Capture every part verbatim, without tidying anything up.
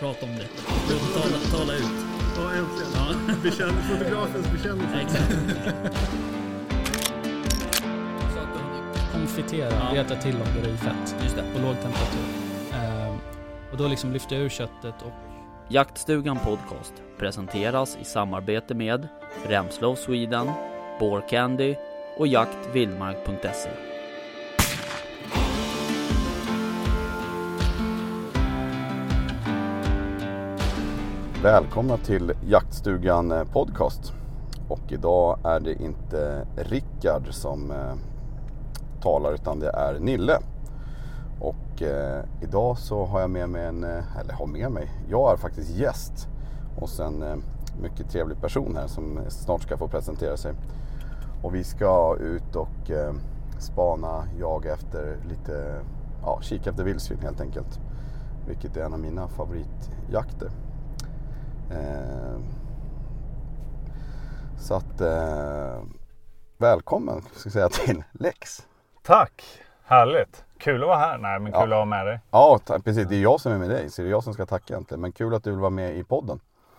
Prata om det. Tala, tala ut. Ja, äntligen. Ja. Bekänn, fotografens bekännelse. Exakt. Konfitera, ja. Reta till om det är fett. Just det. På låg temperatur. Ehm, och då liksom lyfter jag ur köttet och... Jaktstugan podcast presenteras i samarbete med Remslow Sweden, Boar Candy och jakt vildmark punkt se. Välkomna till Jaktstugan podcast. Och idag är det inte Rickard som eh, talar utan det är Nille. Och eh, idag så har jag med mig en, eller har med mig, jag är faktiskt gäst hos en eh, mycket trevlig person här som snart ska få presentera sig. Och vi ska ut och eh, spana, jaga efter lite, ja, kika efter vildsvin helt enkelt. Vilket är en av mina favoritjakter. Eh, så att eh, välkommen ska jag säga till Lex. Tack, härligt. Kul att vara här. Nej, men kul Ja. att vara med dig. Ja, ta- precis. Det är jag som är med dig. Så det är jag som ska tacka egentligen. Men kul att du vill vara med i podden.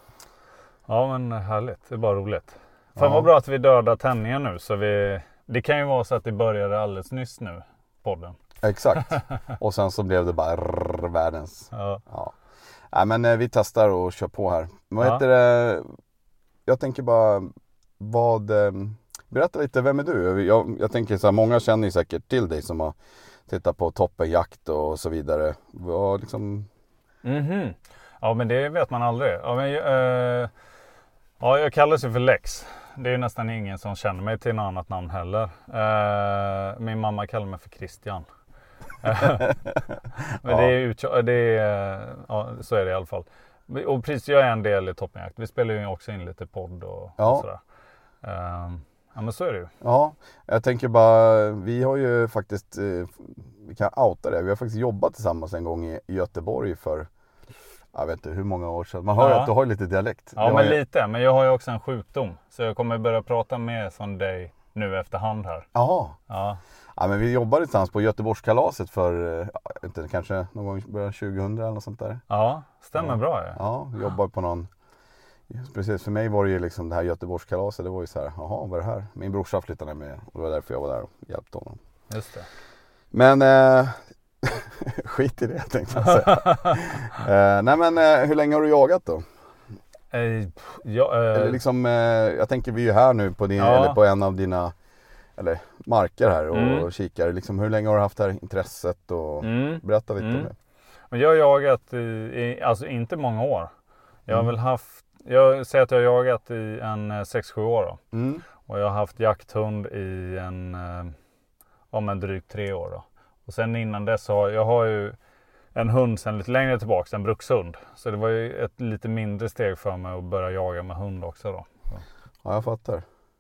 Ja, men härligt. Det är bara roligt. Fan Ja. vad bra att vi dödar tändningen nu. Så vi... Det kan ju vara så att det började alldeles nyss nu, podden. Exakt. Och sen så blev det bara rrr, världens. Ja. Ja. Nej, men eh, vi testar och kör på här. Vad Ja. heter det? Jag tänker bara, vad... Eh, berätta lite, vem är du? Jag, jag tänker så här, många känner ju säkert till dig som har tittat på Toppenjakt och så vidare. Vad liksom... Mhm. Ja, men det vet man aldrig. Ja, men, eh, ja, jag kallas ju för Lex. Det är nästan ingen som känner mig till något annat namn heller. Eh, min mamma kallar mig för Christian. Men Ja. det är, ut, det är ja, så är det i alla fall. Och precis, jag är en del i Toppenjakt. Vi spelar ju också in lite podd och, Ja. och sådär. Eh, ja, men så är det ju. Ja, jag tänker bara, vi har ju faktiskt, eh, vi kan outa det, vi har faktiskt jobbat tillsammans en gång i Göteborg för, jag vet inte hur många år sedan. Man hör ju Ja. att du har lite dialekt. Ja, Jag men har ju- lite. Men jag har ju också en sjukdom. Så jag kommer börja prata mer som dig nu efterhand här. Jaha. Ja. Ja, men vi jobbade tillsammans på Göteborgskalaset för, eh, jag vet inte, kanske någon gång i början tjugohundra eller något sånt där. Ja, stämmer Ja. bra. Ja. Ja, vi jobbade på någon, precis för mig var det ju liksom det här Göteborgskalaset, det var ju så här, jaha, vad är det här? Min brorsa flyttade med och det var därför jag var där och hjälpte honom. Just det. Men eh, skit i det tänkte jag säga. eh, nej men eh, hur länge har du jagat då? Eh, ja, eh, Eller liksom, eh, jag tänker vi är ju här nu på, din, Ja. eller på en av dina eller, marker här och Mm. kikar. Liksom, hur länge har du haft det här intresset? Och mm. berätta lite Mm. om det. Men jag har jagat i, i, alltså inte många år. Jag har Mm. väl haft, jag säger att jag har jagat i en sex sju år då. Mm. Och jag har haft jakthund i en, eh, om en drygt tre år då. Och sen innan dess har jag har ju en hund sen lite längre tillbaka, en brukshund. Så det var ju ett lite mindre steg för mig att börja jaga med hund också då. Så. Ja, jag fattar.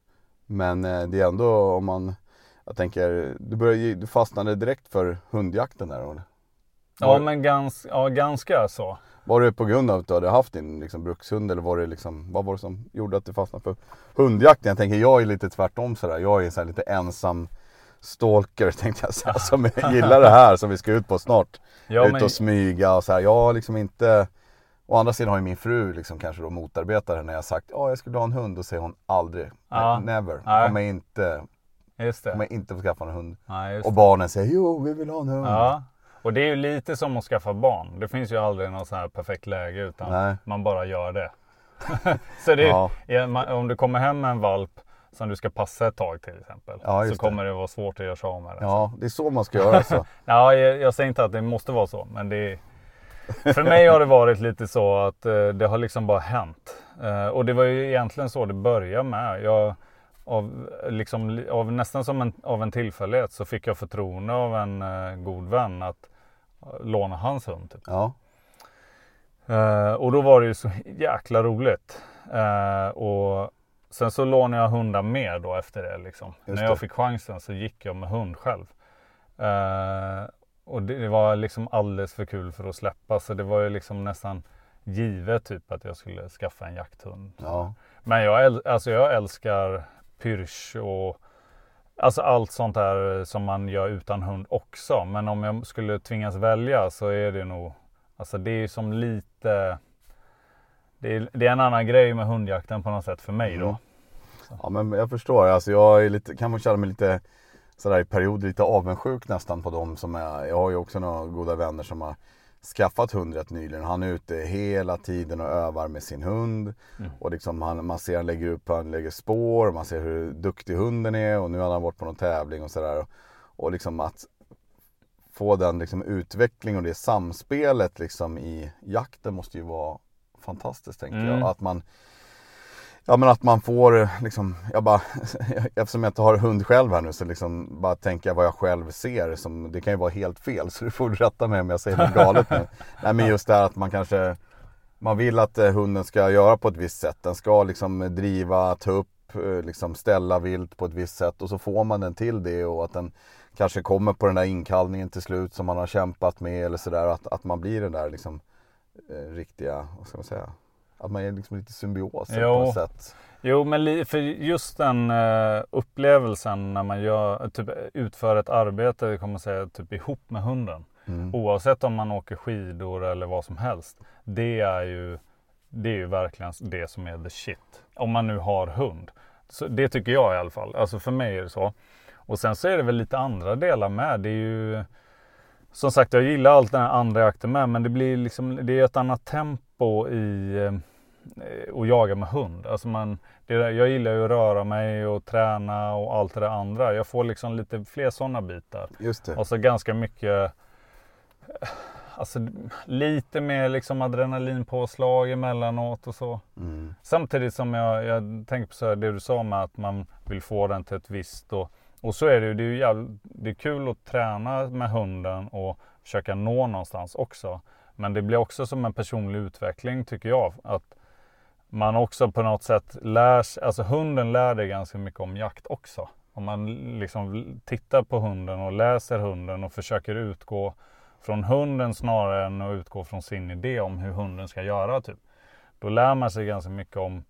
Men eh, det är ändå om man, jag tänker, du, började, du fastnade direkt för hundjakten där eller? Ja, Var- men gans, ja, ganska så. Var det på grund av att du hade haft din liksom, brukshund eller var det liksom, vad var det som gjorde att du fastnade för hundjakten? Jag tänker, jag är lite tvärtom sådär. Jag är så här lite ensam stalker tänkte jag säga, som gillar det här som vi ska ut på snart. Ja, ut men, och smyga och så här. Jag har liksom inte, å andra sidan har ju min fru liksom kanske då motarbetat det när jag sagt, ja jag skulle ha en hund, och säger hon aldrig, Ja. never, Nej. kommer inte, just det. kommer inte få skaffa en hund. Ja, just Och det. barnen säger, jo vi vill ha en hund. Ja, och det är ju lite som att skaffa barn. Det finns ju aldrig något så här perfekt läge utan Nej. man bara gör det. Så det är, Ja. ja, man- om du kommer hem med en valp som du ska passa ett tag till exempel. Ja, just så kommer det vara svårt att göra sig av med den. Ja, det är så man ska göra alltså. Ja, jag, jag säger inte att det måste vara så. Men det är, för mig har det varit lite så att eh, det har liksom bara hänt. Eh, och det var ju egentligen så det började med. Jag, av, liksom, av nästan som en, av en tillfällighet så fick jag förtroende av en eh, god vän att eh, låna hans hund. Typ. Ja, Eh, och då var det ju så jäkla roligt. Eh, och sen så lånade jag hundar mer då efter det. Liksom. Just När jag det. fick chansen så gick jag med hund själv. Eh, och det, det var liksom alldeles för kul för att släppa. Så det var ju liksom nästan givet typ att jag skulle skaffa en jakthund. ja, Men jag, äl- alltså jag älskar pyrsch och alltså allt sånt där som man gör utan hund också. Men om jag skulle tvingas välja så är det nog Alltså det är ju som lite... Det är, det är en annan grej med hundjakten på något sätt för mig då. Mm. Ja, men jag förstår. Alltså jag är lite, kan man känna mig lite sådär i perioder lite avundsjuk nästan på dem som är... Jag har ju också några goda vänner som har skaffat hund rätt nyligen. Han är ute hela tiden och övar med sin hund. Mm. Och liksom han, man ser han lägger upp, han lägger spår. Man ser hur duktig hunden är. Och nu har han varit på någon tävling och sådär. Och, och liksom att få den liksom utveckling och det samspelet liksom i jakten måste ju vara fantastiskt, tänker mm. jag. Att man... Ja, men att man får liksom, jag bara, eftersom jag inte har hund själv här nu så liksom bara tänka vad jag själv ser, som, det kan ju vara helt fel, så du får rätta mig om jag säger något galet nu. Nej, men just det här att man kanske, man vill att hunden ska göra på ett visst sätt, den ska liksom driva, ta upp, liksom ställa vilt på ett visst sätt, och så får man den till det, och att den kanske kommer på den där inkallningen till slut som man har kämpat med eller sådär, att, att man blir den där liksom eh, riktiga, vad ska man säga, att man är liksom lite symbios på något sätt. Jo, men för just den uh, upplevelsen när man gör, typ, utför ett arbete, kan man säga, typ ihop med hunden. Mm. Oavsett om man åker skidor eller vad som helst. Det är ju, det är ju verkligen det som är the shit. Om man nu har hund. Så det tycker jag i alla fall. Alltså för mig är det så. Och sen så är det väl lite andra delar med. Det är ju... Som sagt, jag gillar allt den här andra jakten med, men det blir liksom, det är ett annat tempo i eh, att jaga med hund. Alltså man, det, jag gillar ju att röra mig och träna och allt det där andra. Jag får liksom lite fler sådana bitar. Just det. Och så ganska mycket, alltså lite mer liksom adrenalinpåslag emellanåt och så. Mm. Samtidigt som jag, jag tänker på så här, det du sa med att man vill få den till ett visst och Och så är det ju, det är ju jävligt, det är kul att träna med hunden och försöka nå någonstans också. Men det blir också som en personlig utveckling, tycker jag. Att man också på något sätt lär sig, alltså hunden lär dig ganska mycket om jakt också. Om man liksom tittar på hunden och läser hunden och försöker utgå från hunden snarare än att utgå från sin idé om hur hunden ska göra typ. Då lär man sig ganska mycket om,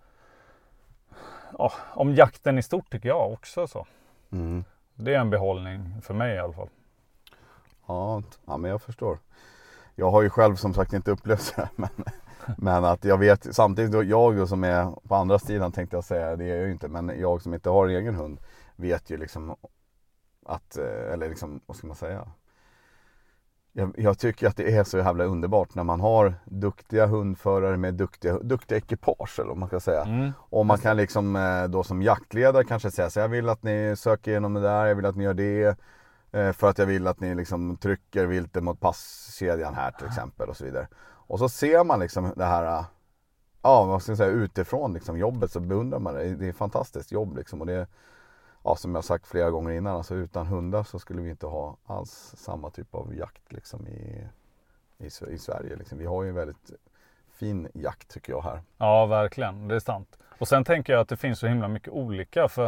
ja, om jakten i stort, tycker jag också så. Mm. Det är en behållning för mig i alla fall. Ja, ja, men jag förstår. Jag har ju själv som sagt inte upplevt det, men, men att jag vet, samtidigt då, jag då som är på andra sidan, tänkte jag säga, det är jag ju inte, men jag som inte har egen hund vet ju liksom att, eller liksom, vad ska man säga? Jag, jag tycker att det är så jävla underbart när man har duktiga hundförare med duktiga, duktiga ekipage, eller vad man ska säga. Mm. Och man kan liksom då som jaktledare kanske säga så jag vill att ni söker igenom det där, jag vill att ni gör det för att jag vill att ni liksom trycker viltet mot passkedjan här till exempel och så vidare. Och så ser man liksom det här, ja vad ska jag säga, utifrån liksom jobbet, så beundrar man det. Det är ett fantastiskt jobb liksom, och det är, ja, som jag sagt flera gånger innan, alltså utan hundar så skulle vi inte ha alls samma typ av jakt liksom i, i, i Sverige. Liksom. Vi har ju en väldigt fin jakt, tycker jag, här. Ja, verkligen. Det är sant. Och sen tänker jag att det finns så himla mycket olika, för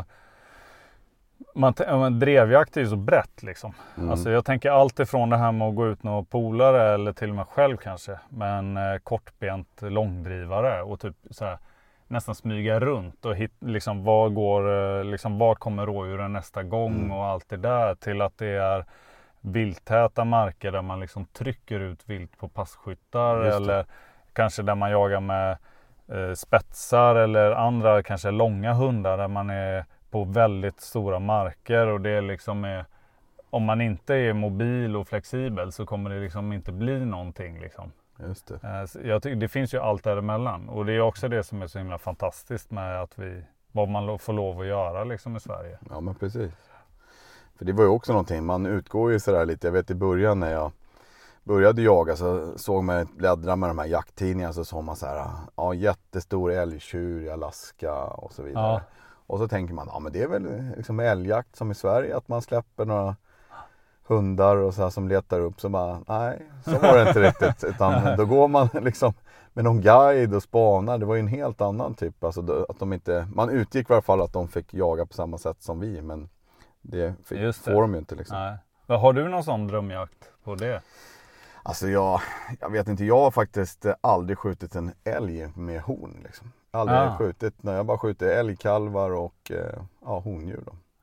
man, man, drevjakt är ju så brett liksom. Mm. Alltså jag tänker allt ifrån det här med att gå ut med polare eller till och med själv kanske, men eh, kortbent långdrivare och typ så här, nästan smyga runt och hit, liksom, var går, liksom, var kommer rådjuren nästa gång mm. och allt det där, till att det är vilttäta marker där man liksom trycker ut vilt på passkyttar, eller kanske där man jagar med eh, spetsar eller andra kanske långa hundar där man är på väldigt stora marker, och det liksom är, om man inte är mobil och flexibel så kommer det liksom inte bli någonting liksom. Just det. Jag tycker det finns ju allt däremellan, och det är också det som är så himla fantastiskt med att vi, vad man får lov att göra liksom i Sverige. Ja, men precis. För det var ju också någonting, man utgår ju sådär lite, jag vet i början när jag började jaga så såg man bläddra med de här jakttidningarna, så såg man så här, ja, jättestor älgtjur i Alaska och så vidare. Ja. Och så tänker man, ja men det är väl liksom älgjakt som i Sverige, att man släpper några hundar och så här som letar upp, så bara, nej, så var det inte riktigt, utan då går man liksom med någon guide och spanar. Det var ju en helt annan typ, alltså då, att de inte, man utgick i alla fall att de fick jaga på samma sätt som vi, men det, fick, det. får de ju inte liksom. Nej. Men har du någon sån drömjakt på det? Alltså jag, jag vet inte, jag har faktiskt aldrig skjutit en älg med horn liksom. Aldrig ah. skjutit, när jag bara skjuter älgkalvar och ja, hondjur då.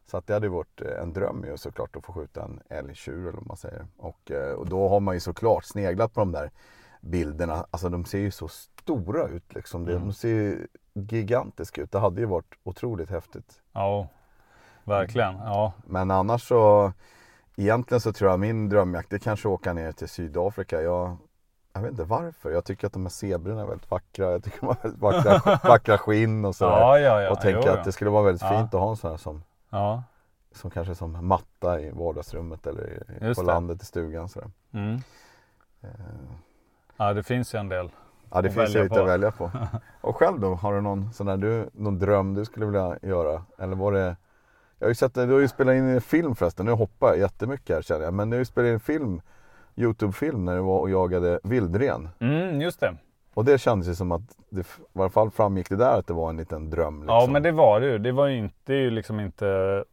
Så att det hade varit en dröm ju såklart att få skjuta en älgtjur eller vad man säger. Och, och då har man ju såklart sneglat på de där bilderna. Alltså de ser ju så stora ut liksom. Mm. De ser ju gigantiska ut. Det hade ju varit otroligt häftigt. Ja, verkligen. Ja. Men annars så, egentligen så tror jag min drömjakt, det kanske åka ner till Sydafrika. Jag, jag vet inte varför. Jag tycker att de här zebrorna är väldigt vackra. Jag tycker de har väldigt vackra, vackra skinn och sådär. Ja, ja, ja. Och tänker jo, ja. att det skulle vara väldigt ja. fint att ha en sån här som... Ja. Som kanske som matta i vardagsrummet eller i, på det. landet i stugan. Sådär. Mm. Uh, ja, det finns ju en del. Ja, det finns ju lite på. att välja på. Och själv då, har du någon, sån där, du, någon dröm du skulle vilja göra? Eller var det... Jag har ju sett, du har ju spelat in en film förresten, nu hoppar jag jättemycket här känner jag. Men du har ju spelat in en film, Youtube-film när du var och jagade vildren. Mm, just det. Och det kändes ju som att, det, i varje fall framgick det där att det var en liten dröm. Liksom. Ja, men det var det ju. Det var ju inte, det är ju liksom inte,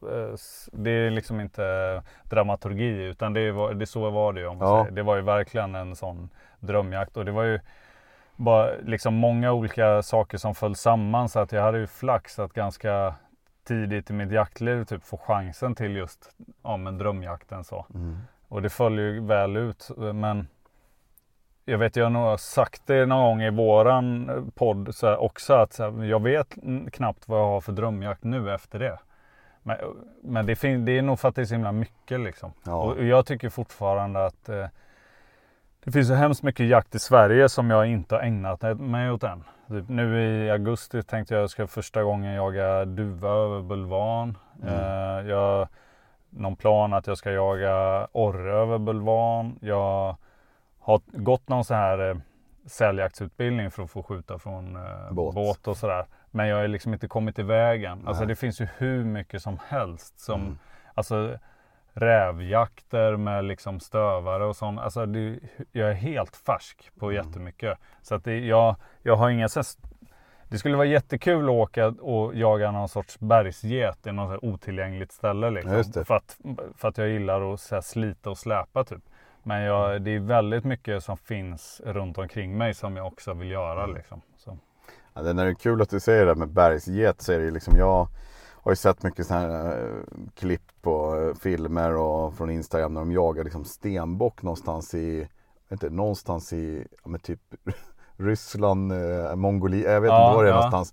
det är liksom inte dramaturgi, utan det, var, det så var det ju. Om man ja. säger. Det var ju verkligen en sån drömjakt, och det var ju bara liksom många olika saker som föll samman, så att jag hade ju flax att ganska tidigt i mitt jaktliv typ få chansen till just ja, men drömjakten så. Mm. Och det föll ju väl ut, men jag vet, jag har nog sagt det någon gång i våran podd så här, också att så här, jag vet knappt vad jag har för drömjakt nu efter det. Men, men det, fin- det är nog för att det är så himla mycket liksom. Ja. Och jag tycker fortfarande att eh, det finns så hemskt mycket jakt i Sverige som jag inte har ägnat mig åt än. Typ nu i augusti tänkte jag ska första gången jaga duva över bulvan. Mm. Eh, jag någon plan att jag ska jaga orre över bulvan. Jag har gått någon så här eh, säljjaktsutbildning för att få skjuta från eh, båt. båt och sådär. Men jag har liksom inte kommit i vägen. Nej. Alltså det finns ju hur mycket som helst. Som, mm. Alltså rävjakter med liksom stövare och sånt. Alltså det, jag är helt färsk på mm. jättemycket. Så att det, jag, jag har inga... Det skulle vara jättekul att åka och jaga någon sorts bergsget i något så här otillgängligt ställe. Liksom. För, att, för att jag gillar att så här, slita och släpa typ. Men jag, det är väldigt mycket som finns runt omkring mig som jag också vill göra. Mm. Liksom. Så. Ja, det är kul att du säger det med bergsget. Så är det liksom, jag har ju sett mycket sådana här äh, klipp på äh, filmer och från Instagram när de jagar liksom stenbock någonstans i, inte, någonstans i ja, men typ Ryssland, äh, Mongolia, jag vet ja, inte var det är ja. någonstans.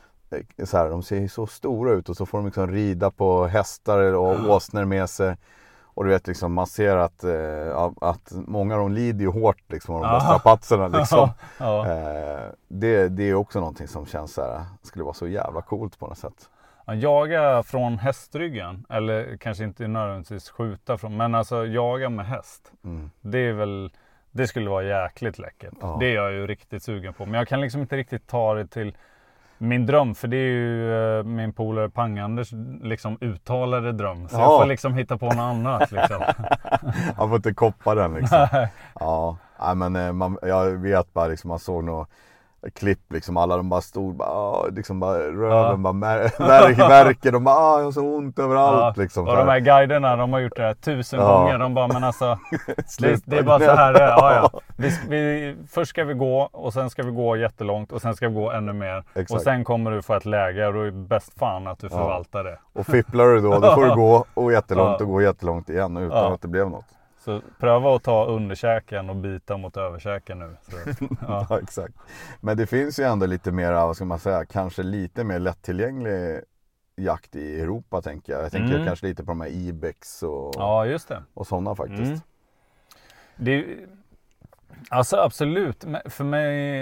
Så här, de ser så stora ut och så får de liksom rida på hästar och mm. åsnor med sig. Och du vet liksom, man ser att, eh, att många av dem lider ju hårt liksom, av de där strapatserna liksom. Ja. Eh, det, det är också någonting som känns så här, skulle vara så jävla coolt på något sätt. Ja, jaga från hästryggen, eller kanske inte nödvändigtvis skjuta från, men alltså jaga med häst. Mm. Det är väl, det skulle vara jäkligt läckert. Ja. Det är jag ju riktigt sugen på, men jag kan liksom inte riktigt ta det till min dröm, för det är ju uh, min polare Pang-Anders liksom uttalade dröm. Så ja. jag får liksom hitta på något annat liksom. Han får inte koppa den liksom. Ja, ja men man, jag vet bara liksom, man såg något klipp liksom, alla de bara stod bara, liksom bara röven ja. bara mär, märker, de bara, ah, jag har så ont överallt ja. liksom. Och de här guiderna, de har gjort det här tusen ja. gånger, de bara, men alltså det, det är bara så här, ja, ja. Vi, vi, först ska vi gå och sen ska vi gå jättelångt och sen ska vi gå ännu mer. Exakt. Och sen kommer du få ett läge och då är det bäst fan att du ja. förvaltar det. Och fipplar du då, då får du gå och jättelångt ja. och gå jättelångt igen utan ja. att det blev något. Så pröva att ta underkäken och bita mot överkäken nu. Så, ja. ja, exakt. Men det finns ju ändå lite mer, vad ska man säga, kanske lite mer lättillgänglig jakt i Europa tänker jag. Jag tänker mm. kanske lite på de här Ibex och, ja, just det. och sådana faktiskt. Mm. Det, alltså absolut, för mig,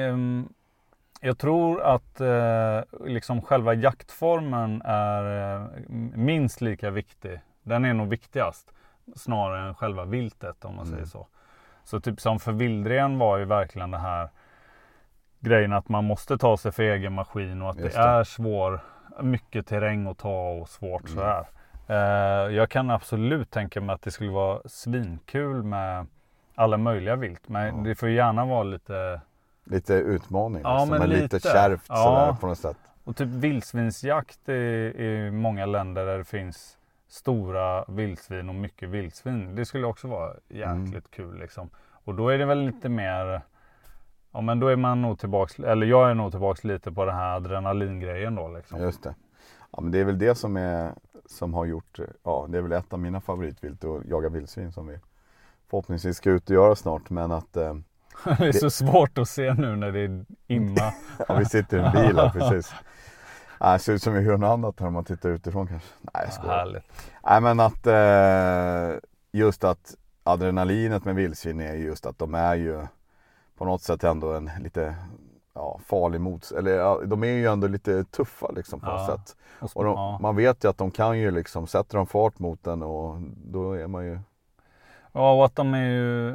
jag tror att liksom själva jaktformen är minst lika viktig. Den är nog viktigast. Snarare än själva viltet om man mm. säger så. Så typ som för vildren var ju verkligen det här grejen att man måste ta sig för egen maskin och att det, det är svår, mycket terräng att ta och svårt mm. sådär. Eh, jag kan absolut tänka mig att det skulle vara svinkul med alla möjliga vilt. Men ja. det får gärna vara lite... Lite utmaning. Ja, liksom, men, men lite, lite kärvt ja. sådär på något sätt. Och typ vildsvinsjakt i, i många länder där det finns stora vildsvin och mycket vildsvin. Det skulle också vara jäkligt mm. kul liksom. Och då är det väl lite mer, ja men då är man nog tillbaks, eller jag är nog tillbaks lite på den här adrenalingrejen då liksom. Just det. Ja, men det är väl det som är som har gjort, ja det är väl ett av mina favoritvilt att jaga vildsvin som vi förhoppningsvis ska ut och göra snart, men att eh, det är så svårt att se nu när det är imma. Ja, vi sitter i en bil här precis. Nej, det ser ut som vi hör något annat här om man tittar utifrån kanske. Nej, jag skojar. Härligt. Nej, men att eh, just att adrenalinet med vildsvin är just att de är ju på något sätt ändå en lite ja, farlig mots... Eller ja, de är ju ändå lite tuffa liksom på Ja. något sätt. Och, Och de, ja. man vet ju att de kan ju liksom, sätter de fart mot den och då är man ju... Ja, och att de är ju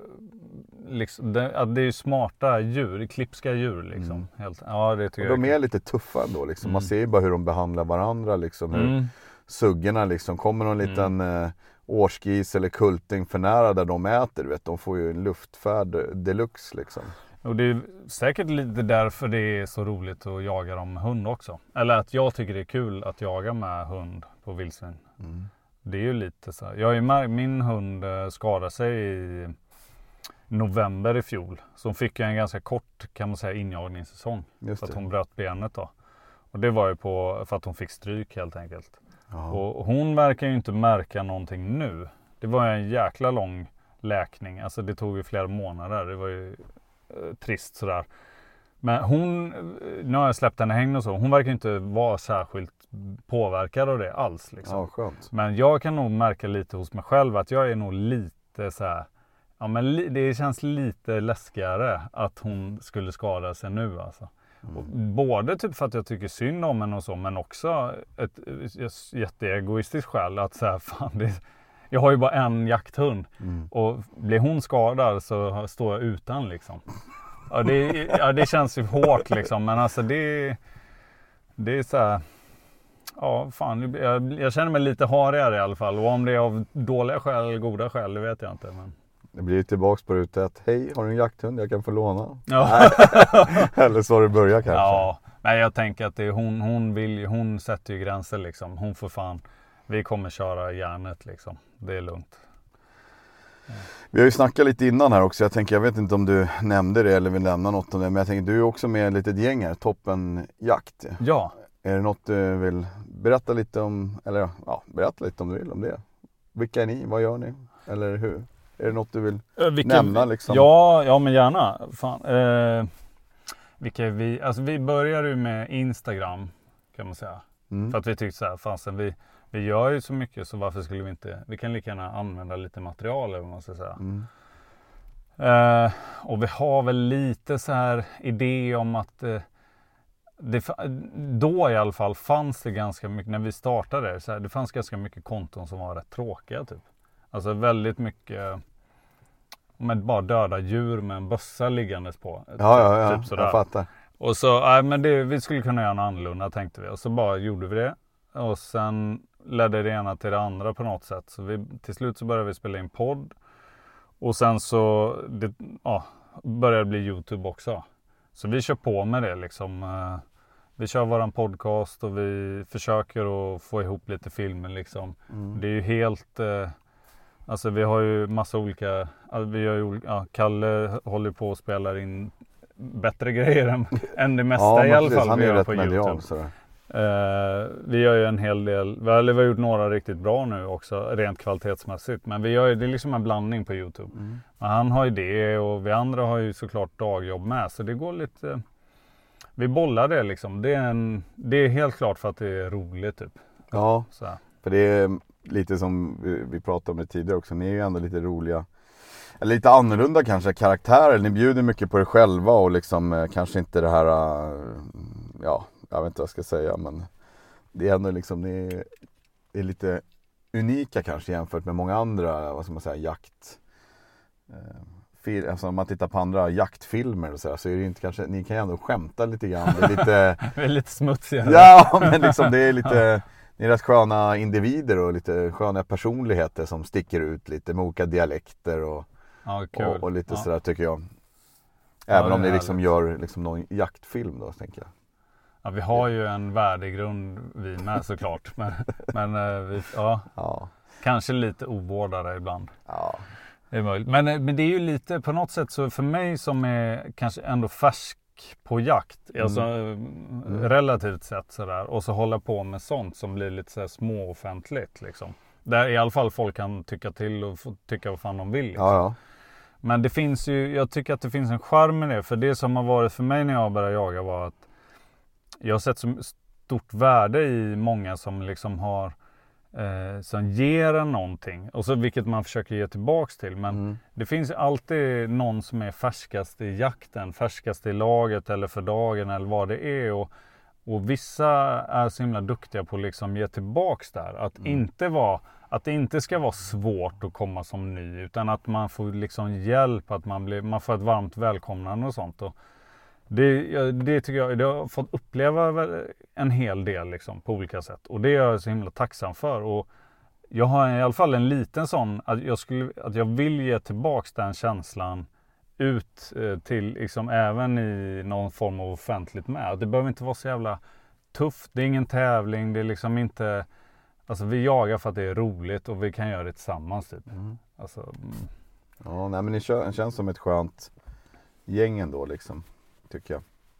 liksom, det, att det är ju smarta djur, klipska djur liksom. Mm. Helt, ja, det tycker Och de jag är lite tuffa ändå liksom. Man Mm. ser ju bara hur de behandlar varandra liksom. Hur Mm. suggorna liksom, kommer någon liten eh, årsgris eller kulting för nära där de äter, du vet. De får ju en luftfärd deluxe liksom. Och det är säkert lite därför det är så roligt att jaga dem med hund också. Eller att jag tycker det är kul att jaga med hund på vildsvin. Mm. Det är ju lite så här. Jag har ju märkt, min hund eh, skadade sig i november i fjol. Så hon fick ju en ganska kort, kan man säga, injagningssäsong. Just För att det. hon bröt benet då. Och det var ju på, för att hon fick stryk helt enkelt. Ja. Och hon verkar ju inte märka någonting nu. Det var ju en jäkla lång läkning. Alltså det tog ju flera månader. Det var ju eh, trist sådär. Men hon, nu har jag släppt henne i hägn och så. Hon verkar inte vara särskilt påverkad av det alls liksom. Ja, skönt. Men jag kan nog märka lite hos mig själv att jag är nog lite så här. Ja, men li, det känns lite läskigare att hon skulle skada sig nu alltså. Mm. Och både typ för att jag tycker synd om henne och så, men också ett, ett jätteegoistiskt skäl att så här, fan det, jag har ju bara en jakthund Mm. och blir hon skadad så står jag utan liksom. Ja, det, ja, det känns ju hårt liksom, men alltså det, det är så här. Ja, fan, jag, jag känner mig lite harigare i alla fall. Och om det är av dåliga skäl eller goda skäl, det vet jag inte. Men... Det blir tillbaks på ruta ett. Hej, har du en jakthund jag kan få låna? Ja. Eller så har det börjat kanske. Ja, men jag tänker att det är hon, hon, vill, hon sätter ju gränser liksom. Hon får fan, vi kommer köra järnet liksom. Det är lugnt. Vi har ju snackat lite innan här också. Jag tänker, jag vet inte om du nämnde det eller vill nämna något om det. Men jag tänker, du är också med i ett litet gäng här. Toppen Jakt. Ja. Är det något du vill berätta lite om? Eller ja, berätta lite om du vill om det. Vilka är ni? Vad gör ni? Eller hur? Är det något du vill Vilka, nämna liksom? Ja, ja men gärna. Fan. Eh, vilka är vi? Alltså vi började ju med Instagram kan man säga. Mm. För att vi tyckte så här, fan sen vi, vi gör ju så mycket så varför skulle vi inte, vi kan lika gärna använda lite material eller vad man ska säga. Mm. Eh, och vi har väl lite så här idé om att eh, det, då i alla fall fanns det ganska mycket, när vi startade så här, det fanns ganska mycket konton som var rätt tråkiga typ. Alltså väldigt mycket med bara döda djur med en bössa liggandes på. Ja, ja, ja. Typ sådär. Jag fattar. Och så, nej men det, vi skulle kunna göra något annorlunda tänkte vi. Och så bara gjorde vi det. Och sen ledde det ena till det andra på något sätt. Så vi, till slut så började vi spela in podd. Och sen så det, ja, började det bli YouTube också. Så vi kör på med det liksom. Vi kör våran podcast och vi försöker att få ihop lite filmer liksom. Mm. Det är ju helt... Alltså vi har ju massa olika... Vi har ju, ja, Kalle håller på att spela in bättre grejer än, än det mesta Ja, i alla precis. fall Han vi är gör rätt på medial, YouTube. sådär. Uh, vi gör ju en hel del, eller vi har gjort några riktigt bra nu också, rent kvalitetsmässigt. Men vi gör ju, det är liksom en blandning på YouTube. Mm. Men han har ju det och vi andra har ju såklart dagjobb med. Så det går lite, vi bollar det liksom. Det är, en, det är helt klart för att det är roligt typ. Ja, Så här. för det är lite som vi, vi pratade om det tidigare också. Ni är ju ändå lite roliga. Eller lite annorlunda kanske karaktärer. Ni bjuder mycket på er själva och liksom eh, kanske inte det här, eh, ja, jag vet inte vad jag ska säga, men det är ändå liksom, ni är, är lite unika kanske jämfört med många andra, vad ska man säga, jakt. Eh, fil, alltså om man tittar på andra jaktfilmer och så här, så är det inte kanske, ni kan ju ändå skämta lite grann. Det är lite, Vi är lite smutsiga. ja, men liksom det är lite, ni är rätt sköna individer och lite sköna personligheter som sticker ut lite med olika dialekter och Ja, kul. Och, och lite Ja. sådär tycker jag. Även Ja, om det ni är liksom härligt. gör liksom någon jaktfilm då, tänker jag. Ja, vi har ju en värdegrund vi med såklart. Men, men eh, vi, ja, Ja, kanske lite ovårdade ibland. ja. Det är möjligt. Men, men det är ju lite på något sätt så för mig som är kanske ändå färsk lack på jakt. Mm. Alltså mm. relativt sett sådär. Och så hålla på med sånt som blir lite så här småoffentligt liksom. Där i alla fall folk kan tycka till och få tycka vad fan de vill. Liksom. Ja, ja. Men det finns ju, jag tycker att det finns en charm i det. För det som har varit för mig när jag började jaga var att jag har sett så stort värde i många som liksom har eh, som ger en någonting. Och så vilket man försöker ge tillbaks till. Men mm. det finns alltid någon som är färskast i jakten, färskast i laget eller för dagen eller vad det är. Och, och vissa är så himla duktiga på att liksom ge tillbaks där. Att, mm. inte vara, att det inte ska vara svårt att komma som ny. Utan att man får liksom hjälp, att man, blir, man får ett varmt välkomnande och sånt. Och det, det tycker jag, det har jag fått uppleva en hel del liksom, på olika sätt. Och det är jag så himla tacksam för. Och jag har i alla fall en liten sån, att jag, skulle, att jag vill ge tillbaks den känslan ut till liksom, även i någon form av offentligt med. Det behöver inte vara så jävla tufft. Det är ingen tävling. Det är liksom inte... Alltså vi jagar för att det är roligt och vi kan göra det tillsammans typ. Mm. Alltså, mm. Ja, nej, men det känns som ett skönt gäng ändå liksom, tycker jag.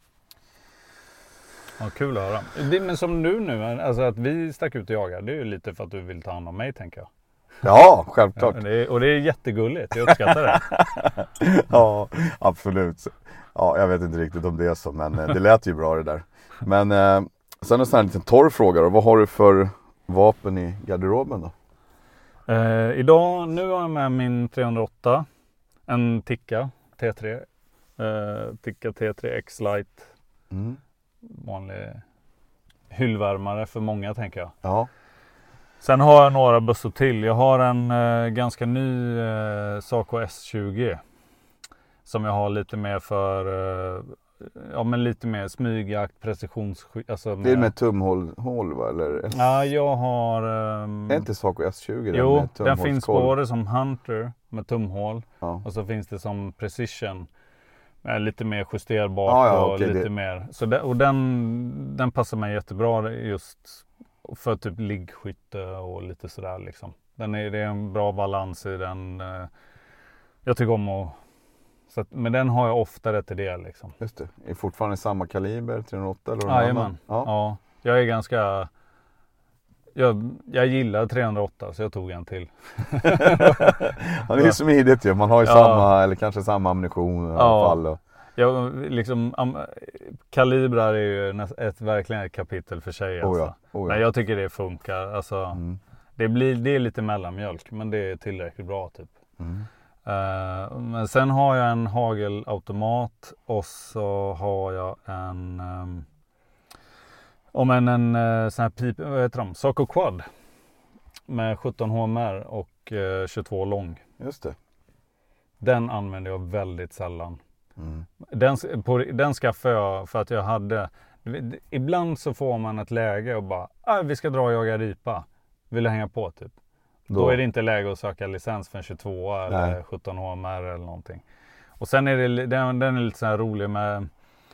Ja, kul att höra. Det, men som du nu, alltså att vi stack ut och jagar, det är ju lite för att du vill ta hand om mig, tänker jag. Ja, självklart. Ja, det är, och det är jättegulligt, jag uppskattar det. Ja, absolut. Ja, jag vet inte riktigt om det är så, men det lät ju bra det där. Men eh, sen en sån här liten torr fråga då. Vad har du för vapen i garderoben då? Eh, idag, nu har jag med min trehundraåtta. En Tikka T tre. Eh, Tikka T tre X-Lite. Mm. Vanlig hyllvärmare för många, tänker jag. Ja. Sen har jag några bussor till. Jag har en eh, ganska ny eh, Saco S tjugo. Som jag har lite mer för... Eh, ja, men lite mer smygjakt, precisionsskydd. Alltså det är med tumhål, hål, va? Eller S... Ja, jag har... Um... Är inte Saco S tjugo? Jo, med den finns både som Hunter med tumhål. Ja. Och så finns det som Precision. Med lite mer justerbart ja, ja, och okay, lite det... mer. Så det, och den, den passar mig jättebra just för typ liggskytte och lite sådär liksom. Den är, det är en bra balans i den. Jag tycker om att... Så att, men den har jag oftare till det liksom. Just det. Är fortfarande samma kaliber, trehundraåtta eller någon annan? Ja. ja. Jag är ganska... Jag, jag gillar trehundraåtta så jag tog en till. Ja, det är smidigt ju. Man har ju ja. samma, eller kanske samma ammunition i ja. alla fall. Och... Ja, liksom, am, kalibrar är ju ett, verkligen ett kapitel för sig. Alltså. Oh ja. Oh ja. Men jag tycker det funkar. Alltså, mm. det, blir, det är lite mellanmjölk, men det är tillräckligt bra typ. Mm. Uh, men sen har jag en hagelautomat och så har jag en um, om en, en uh, sån här pip, vad heter de? Saco Quad med sjutton H M R och uh, tjugotvå lång. Just det. Den använder jag väldigt sällan. Mm. Den, på, den skaffade jag för att jag hade, ibland så får man ett läge och bara, ah, vi ska dra och jaga ripa. Vill du hänga på typ? Då. Då är det inte läge att söka licens för en tjugotvå eller Nej. sjutton H M R eller någonting. Och sen är det, den, den är lite så här rolig med,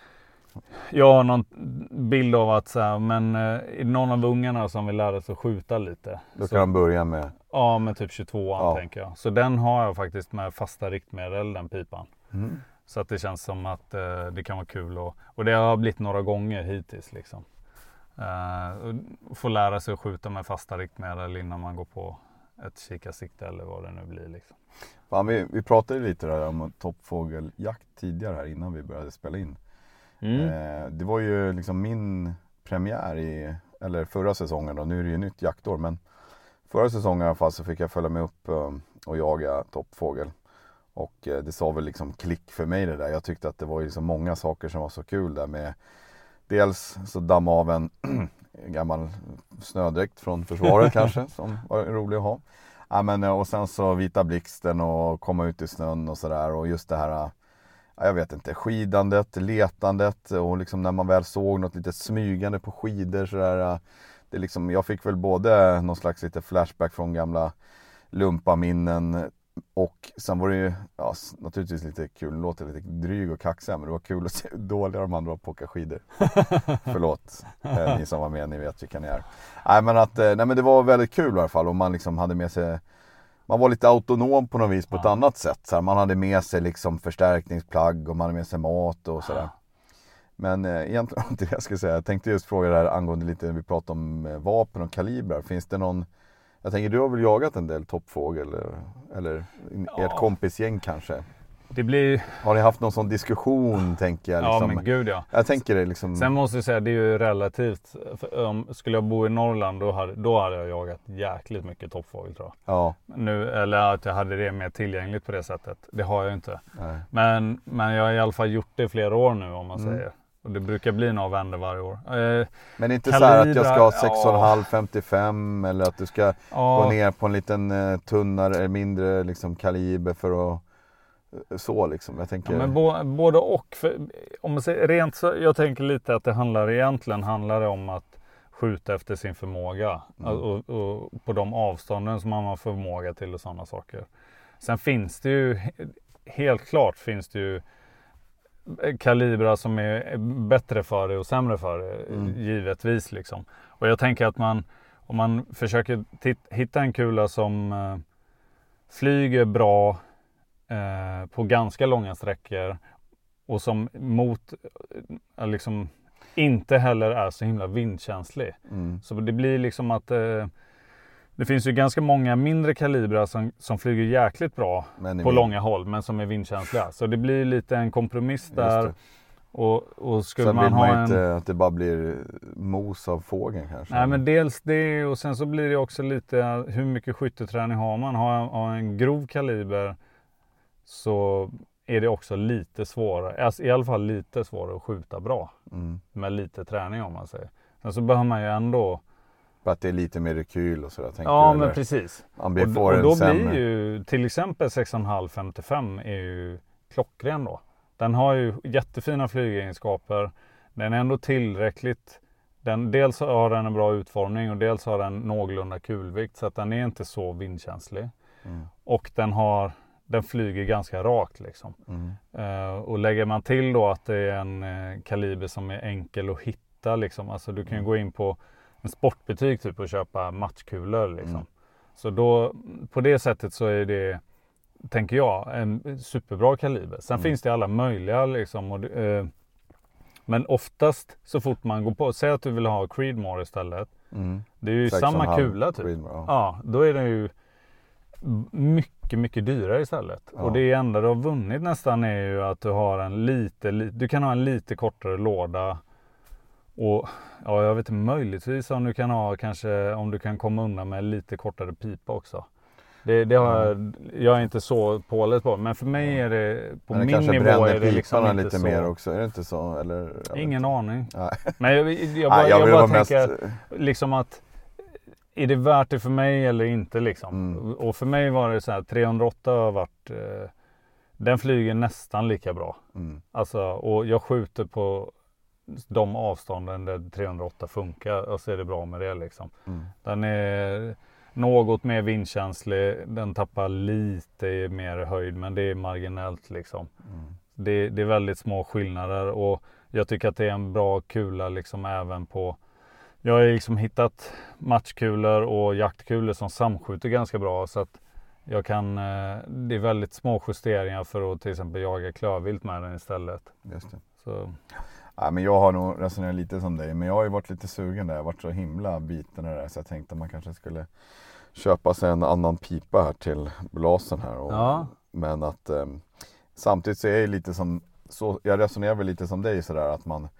jag har någon bild av att så här, men eh, någon av ungarna som vill lära sig att skjuta lite. Då så, kan de börja med? Ja, med typ tjugotvåan ja. tänker jag. Så den har jag faktiskt med fasta riktmedel, den pipan. Mm. Så att det känns som att eh, det kan vara kul. Och, och det har blivit några gånger hittills liksom. Uh, få lära sig att skjuta med fasta riktmedel innan man går på ett kikarsikte eller vad det nu blir liksom. Fan, vi, vi pratade lite där om toppfågeljakt tidigare här innan vi började spela in. Mm. Eh, det var ju liksom min premiär i, eller förra säsongen då, nu är det ju nytt jaktår, men förra säsongen i alla fall så fick jag följa med upp um, och jaga toppfågel. Och eh, det sa väl liksom klick för mig det där. Jag tyckte att det var ju så många saker som var så kul där med. Dels så damma av en gammal snödräkt från försvaret kanske, som var rolig att ha. Ja, men, och sen så vita blixten och komma ut i snön och sådär. Och just det här, ja, jag vet inte, skidandet, letandet och liksom när man väl såg något lite smygande på skidor sådär. Det liksom, jag fick väl både någon slags lite flashback från gamla lumpaminnen. Och sen var det ju ja, naturligtvis lite kul, det låter lite dryg och kaxig, men det var kul att se hur dåliga de andra var på att åka skidor. Förlåt, eh, ni som var med, ni vet vilka ni är. Nej men, att, nej men det var väldigt kul i alla fall, och man liksom hade med sig, man var lite autonom på något vis på ett ja. annat sätt. Så här, man hade med sig liksom förstärkningsplagg och man hade med sig mat och sådär. Men eh, egentligen det jag ska säga, jag tänkte just fråga det här angående lite när vi pratar om eh, vapen och kalibrar. Finns det någon, jag tänker du har väl jagat en del toppfågel eller, eller Ja. ert kompisgäng kanske? Det blir... Har ni haft någon sån diskussion tänker jag? Liksom? Ja men gud ja. Jag tänker det liksom... Sen måste jag säga, det är ju relativt. För, um, skulle jag bo i Norrland då hade, då hade jag jagat jäkligt mycket toppfågel tror jag. Ja. Nu, eller att jag hade det mer tillgängligt på det sättet. Det har jag inte. Nej. Men, men jag har i alla fall gjort det i flera år nu om man Mm. säger. Och det brukar bli några vändor varje år. Eh, Men inte så här att jag ska ha kalibrar, sex komma fem femtiofem eller att du ska ja, gå ner på en liten eh, tunnare, mindre liksom, kaliber för att eh, så liksom. Jag tänker... ja, men bo, både och. För, om man säger, rent så, jag tänker lite att det handlar egentligen handlar det om att skjuta efter sin förmåga. Mm. Och, och på de avstånden som man har förmåga till och sådana saker. Sen finns det ju, helt klart finns det ju kalibrar som är bättre för det och sämre för det, Mm. givetvis liksom. Och jag tänker att man, om man försöker titt, hitta en kula som eh, flyger bra eh, på ganska långa sträckor och som mot, eh, liksom inte heller är så himla vindkänslig. Mm. Så det blir liksom att eh, det finns ju ganska många mindre kalibrar som, som flyger jäkligt bra Men i på min- långa håll men som är vindkänsliga. Så det blir lite en kompromiss Just där. det. Och, och skulle Sen man vill ha man ju en... inte att det bara blir mos av fågeln kanske. Nej men dels det och sen så blir det också lite hur mycket skytteträning har man. Har, har en grov kaliber så är det också lite svårare. Alltså, i alla fall lite svårare att skjuta bra. Mm. Med lite träning om man säger. Sen så behöver man ju ändå... För att det är lite mer rekyl och sådär tänker Ja du, men eller? precis. Man blir, Och, får och en då sämre... blir ju till exempel sex komma fem femtiofem är ju klockren då. Den har ju jättefina flygegenskaper. Den är ändå tillräckligt. Den, dels har den en bra utformning och dels har den någorlunda kulvikt så att den är inte så vindkänslig. Mm. Och den har den flyger ganska rakt liksom. Mm. Uh, och lägger man till då att det är en uh, kaliber som är enkel att hitta liksom. Alltså du kan ju Mm. gå in på en sportbutik typ och köpa matchkulor liksom. Mm. Så då på det sättet så är det, tänker jag, en superbra kaliber. Sen Mm. finns det alla möjliga liksom. Och, uh, men oftast så fort man går på, säg att du vill ha Creedmoor istället. Mm. Det är ju Sex samma och en halv kula typ. Creedmoor, ja. Ja, då är den ju mycket, mycket dyrare istället. Ja. Och det enda du har vunnit nästan är ju att du har en lite, li, du kan ha en lite kortare låda. Och ja, jag vet inte, möjligtvis om du kan ha kanske, om du kan komma undan med lite kortare pipa också. Det, det har jag, jag är inte så påläst på, men för mig är det, på Men det min kanske nivå bränner är det liksom piparna inte lite så. mer också, är det inte så? Eller, jag vet Ingen inte. aning. Nej. Men jag, jag, jag, bara, Nej, jag vill bara vara tänker mest... liksom att är det värt det för mig eller inte liksom? Mm. Och för mig var det så här, trehundraåtta har varit, eh, den flyger nästan lika bra. Mm. Alltså, och jag skjuter på de avstånden där trehundraåtta funkar och så är det bra med det liksom. Mm. Den är något mer vindkänslig, den tappar lite mer höjd men det är marginellt liksom. Mm. Det, det är väldigt små skillnader och jag tycker att det är en bra kula liksom även på. Jag har liksom hittat matchkulor och jaktkulor som samskjuter ganska bra så att jag kan, det är väldigt små justeringar för att till exempel jaga klövvilt med den istället. Just det. Så. Ja, men jag har nog resonerat lite som dig, men jag har ju varit lite sugen där. Jag har varit så himla biten där så jag tänkte att man kanske skulle köpa sig en annan pipa här till blasen här. Och, Ja. Men att eh, samtidigt så är jag lite som, så, jag resonerar väl lite som dig sådär att man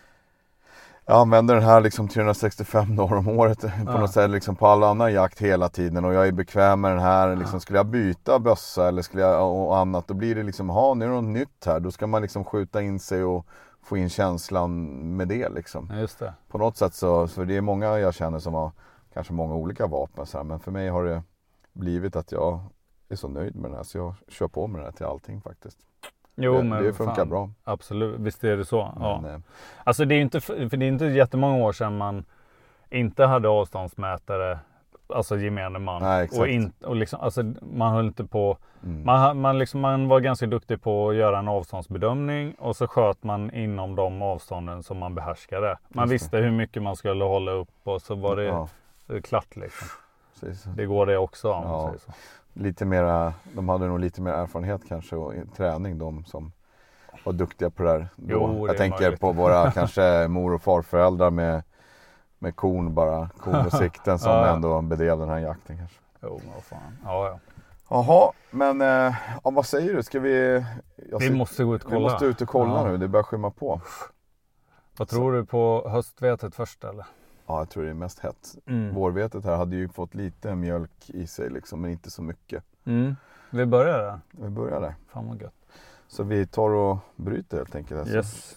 jag använder den här liksom trehundrasextiofem dagar om året på Ja. något sätt liksom på all annan jakt hela tiden och jag är bekväm med den här. Liksom, skulle jag byta bössa eller skulle jag och annat då blir det liksom, ha nu är det något nytt här. Då ska man liksom skjuta in sig och få in känslan med det liksom. Just det. På något sätt så, så det är många jag känner som har kanske många olika vapen så här, men för mig har det blivit att jag är så nöjd med den här så jag kör på med den här till allting faktiskt. Jo, det, men det funkar fan, bra. Absolut, visst är det så. Ja. Men, eh, Alltså det är inte, för det är inte jättemånga år sedan man inte hade avståndsmätare, alltså gemene man. Nej, exakt. och in, och liksom, alltså man höll inte på, mm. man, man, liksom, man var ganska duktig på att göra en avståndsbedömning och så sköt man inom de avstånden som man behärskade. Man Just det. visste hur mycket man skulle hålla upp och så var det Ja, klart liksom. precis. Det går det också om man Ja. säger så. Lite mera, de hade nog lite mer erfarenhet kanske och i träning de som var duktiga på det där. Då. Jo, det jag tänker möjligt. på våra kanske mor- och farföräldrar med, med korn bara. Korn och sikten som Ja. ändå bedrev den här jakten kanske. Jo, men vad fan. Ja, ja. Jaha, men eh, ja, vad säger du? Ska vi... Jag Vi ser- måste gå ut och kolla. Vi måste ut och kolla Ja. nu, det börjar skymma på. Vad tror du på höstvetet först eller? Ja, jag tror det är mest hett. Mm. Vårvetet här hade ju fått lite mjölk i sig liksom, men inte så mycket. Mm. Vi börjar där. Vi börjar där. Fan vad gött. Så vi tar och bryter helt enkelt. Alltså. Yes.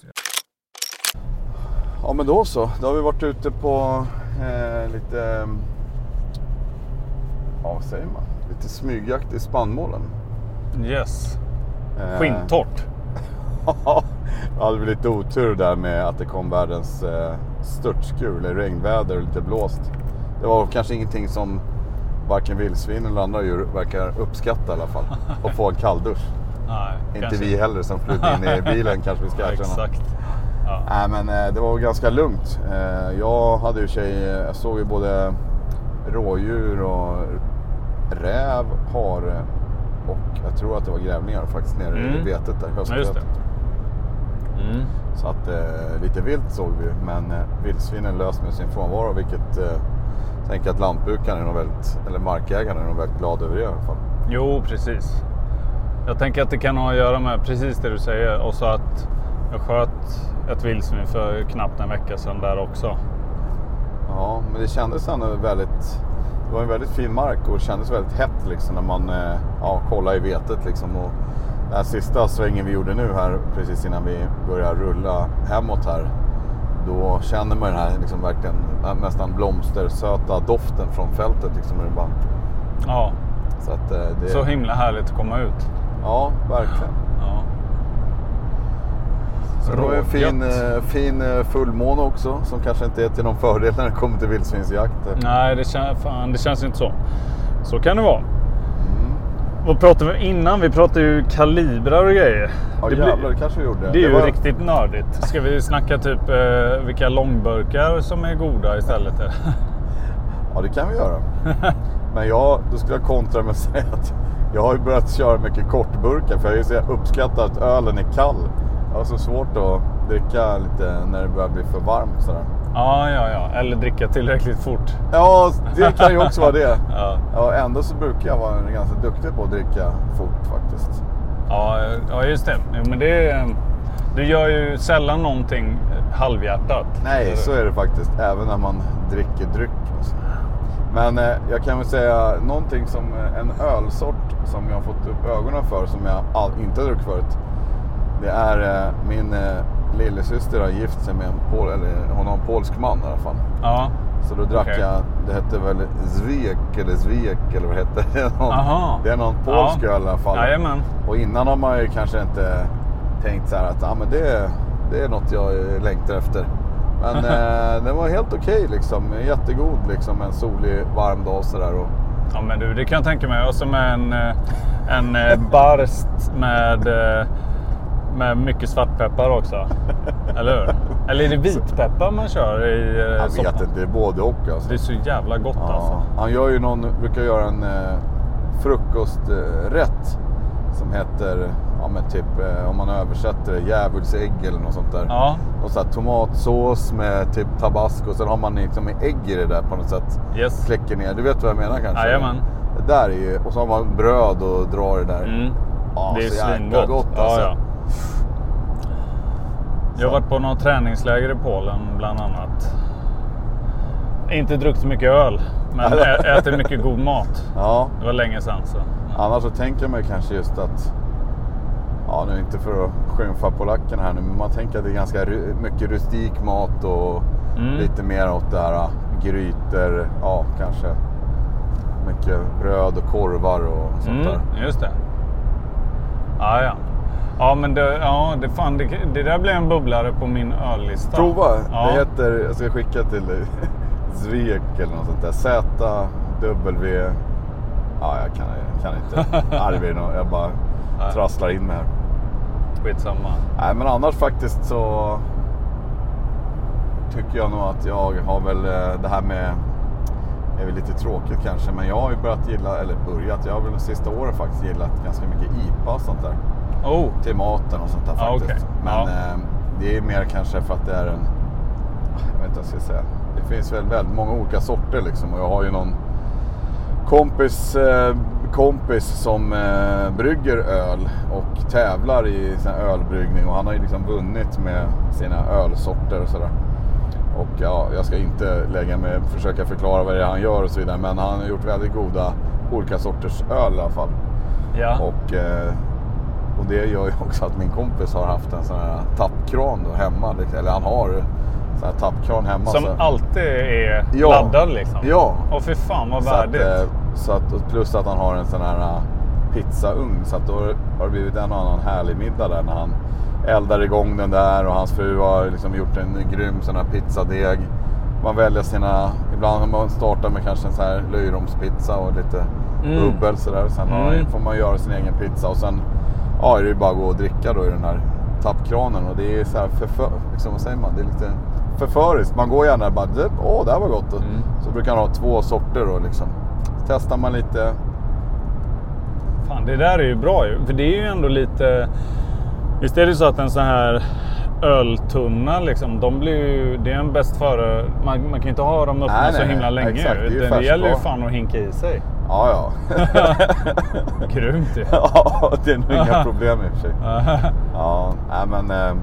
Ja, men då så. Då har vi varit ute på eh, lite... Ja, vad säger man? Lite smygjakt i spannmålen. Yes. Eh, Skintort. Ja, jag hade väl lite otur där med att det kom världens eh, störtskur, eller regnväder och lite blåst. Det var kanske ingenting som varken vildsvin eller andra djur verkar uppskatta i alla fall. Att få en kalldusch. Nej, Inte kanske vi heller som flydde in i bilen kanske vi ska Ja, erkänna. exakt. Ja. Nej, men eh, det var ganska lugnt. Eh, jag hade ju sig, jag såg ju både rådjur och räv, hare och jag tror att det var grävlingar faktiskt nere Mm. i vetet där, Ja, just det. höstvetet. Mm. Så att eh, lite vilt såg vi, men eh, vildsvinen löst med sin frånvaro, vilket eh, jag tänker att lantbrukaren är nog väldigt, eller markägaren är nog väldigt glad över det i alla fall. Jo, precis. Jag tänker att det kan ha att göra med precis det du säger. Och så att jag sköt ett vildsvin för knappt en vecka sedan där också. Ja, men det kändes ändå väldigt, det var en väldigt fin mark och det kändes väldigt hett liksom när man eh, ja, kollade i vetet liksom. Och den här sista svängen vi gjorde nu här precis innan vi började rulla hemåt här, då känner man den här liksom verkligen nästan blomstersöta doften från fältet liksom. Det bara, Ja, så att eh, det, så himla härligt att komma ut. ja, verkligen. Ja. Så det var en fin, Rågött. eh, fin eh, fullmåne också, som kanske inte är till någon fördel när det kommer till vildsvinsjakt. Nej, det, kän, fan, det känns inte så. Så kan det vara. Mm. Vad pratade vi innan? Vi pratade ju kalibrar och grejer. Ja, det, jävlar, blir, det kanske vi gjorde. det är Det ju var- riktigt nördigt. Ska vi snacka typ eh, vilka långburkar som är goda istället? Eller? Ja, det kan vi göra. Men jag, då skulle jag kontra med att säga att jag har ju börjat köra mycket kortburkar, för jag har ju så jag uppskattar att ölen är kall. Jag har så svårt att dricka lite när det börjar bli för varmt sådär. Ja, ja, ja. Eller dricka tillräckligt fort. Ja, det kan ju också vara det. Ja. Ja, ändå så brukar jag vara ganska duktig på att dricka fort faktiskt. Ja, ja, just det. Jo, men det är, du gör ju sällan någonting halvhjärtat. Nej, så är det faktiskt. Även när man dricker dryck. Men eh, jag kan väl säga någonting som eh, en ölsort som jag har fått upp ögonen för, som jag all, inte har druckit förut. Det är eh, min eh, lillasyster har gift sig med en pol, eller hon har en polsk man i alla fall. Ja. Så då drack Okej. jag, det hette väl Zvek eller Zvek eller vad heter det? Någon, Aha. det är någon polsk Ja. öl i alla fall. Jajamän. Och innan har man ju kanske inte tänkt så här att ah, men det, det är något jag längtar efter. Men eh, det var helt okej liksom, jättegod liksom, en solig varm dag sådär. Och... Ja, men du, det kan jag tänka mig. Och så med en, eh, en eh, barst med, eh, med mycket svartpeppar också. Eller hur? Eller är det vitpeppar man kör i eh, Jag soppan? vet inte, det är både och alltså. Det är så jävla gott Ja, alltså. han gör ju någon, brukar göra en eh, frukosträtt som heter, ja men typ eh, om man översätter det, djävulsägg eller något sånt där. Ja, Och så här tomatsås med typ tabasco, sen har man liksom ägg i det där på något sätt. yes. Kläcker ner, du vet vad jag menar kanske? Jajamän. Det där är ju, och så har man bröd och drar det där. Mm. Ja, Det är så jäkla svingott. gott alltså. Ja, ja. Jag har varit på något träningsläger i Polen bland annat. Inte druckit så mycket öl, men ä- ätit mycket god mat. Ja, Det var länge sedan så. annars så tänker man kanske just att, ja nu inte för att skymfa polackerna här nu, men man tänker att det är ganska ru- mycket rustik mat och Mm. lite mer åt det här grytor, ja kanske mycket bröd och korvar och sånt där. Mm, just det. Ja, ja. Ja, men det, ja, det, fan, det, det där blir en bubblare på min öllista. Prova, Ja. det heter, jag ska skicka till dig, Zvek eller något sånt där, Z, W, ja jag kan, jag kan inte, Arvid, jag bara Nej. trasslar in mig här. Skitsamma. Nej, men annars faktiskt så tycker jag nog att jag har väl eh, det här med, är väl lite tråkigt kanske, men jag har ju börjat gilla, eller börjat, jag har väl de sista åren faktiskt gillat ganska mycket I P A och sånt där. Oh. till maten och sånt där Ah, faktiskt. okay. Men ja. eh, det är mer kanske för att det är en, jag vet inte vad jag ska säga. Det finns väl väldigt många olika sorter liksom. Och jag har ju någon kompis, eh, kompis som eh, brygger öl och tävlar i sin ölbryggning. Och han har ju liksom vunnit med sina ölsorter och sådär. Och ja, jag ska inte lägga mig försöka förklara vad det är han gör och så vidare. Men han har gjort väldigt goda olika sorters öl i alla fall. Ja. Och, eh, och det gör ju också att min kompis har haft en sån här tappkran då hemma. Eller han har sån här tappkran hemma. Som så. alltid är Ja. laddad liksom. Ja. Och för fan vad Så värdigt. att, eh, så att, plus att han har en sån här pizzaugn. Så att då har det blivit en och annan härlig middag där när han eldar igång den där. Och hans fru har liksom gjort en grym sån här pizzadeg. Man väljer sina, ibland har man startat med kanske en sån här löjromspizza och lite Mm. bubbel sådär. Sen Mm. har, får man göra sin egen pizza och sen ja, är det ju bara att gå och dricka då i den här tappkranen. Och det är så här förför, liksom, vad säger man? Det är lite förföriskt. Man går gärna och bara, åh det här var gott. Mm. Så brukar han ha två sorter då liksom. Testar man lite. Fan, det där är ju bra ju. För det är ju ändå lite... Visst är det så att en sån här öltunna liksom, de blir ju, det är en bäst före, man, man kan ju inte ha dem öppna Nej, så nej, himla länge. exakt, det är ju det, det gäller ju färskvar. fan att hinka i sig. Ja, ja. Grymt ju. Ja, det är nog inga problem i och för sig. Ja, nej men... Eh...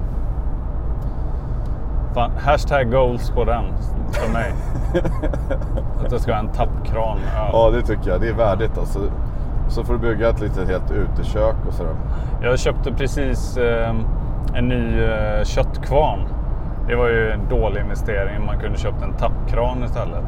Fan, hashtag goals på den för mig. Att det ska ha en tappkran öl. Ja, det tycker jag. Det är värdigt alltså. Så får du bygga ett litet helt utekök och sådär. Jag köpte precis eh, en ny eh, köttkvarn. Det var ju en dålig investering. Man kunde köpt en tappkran istället.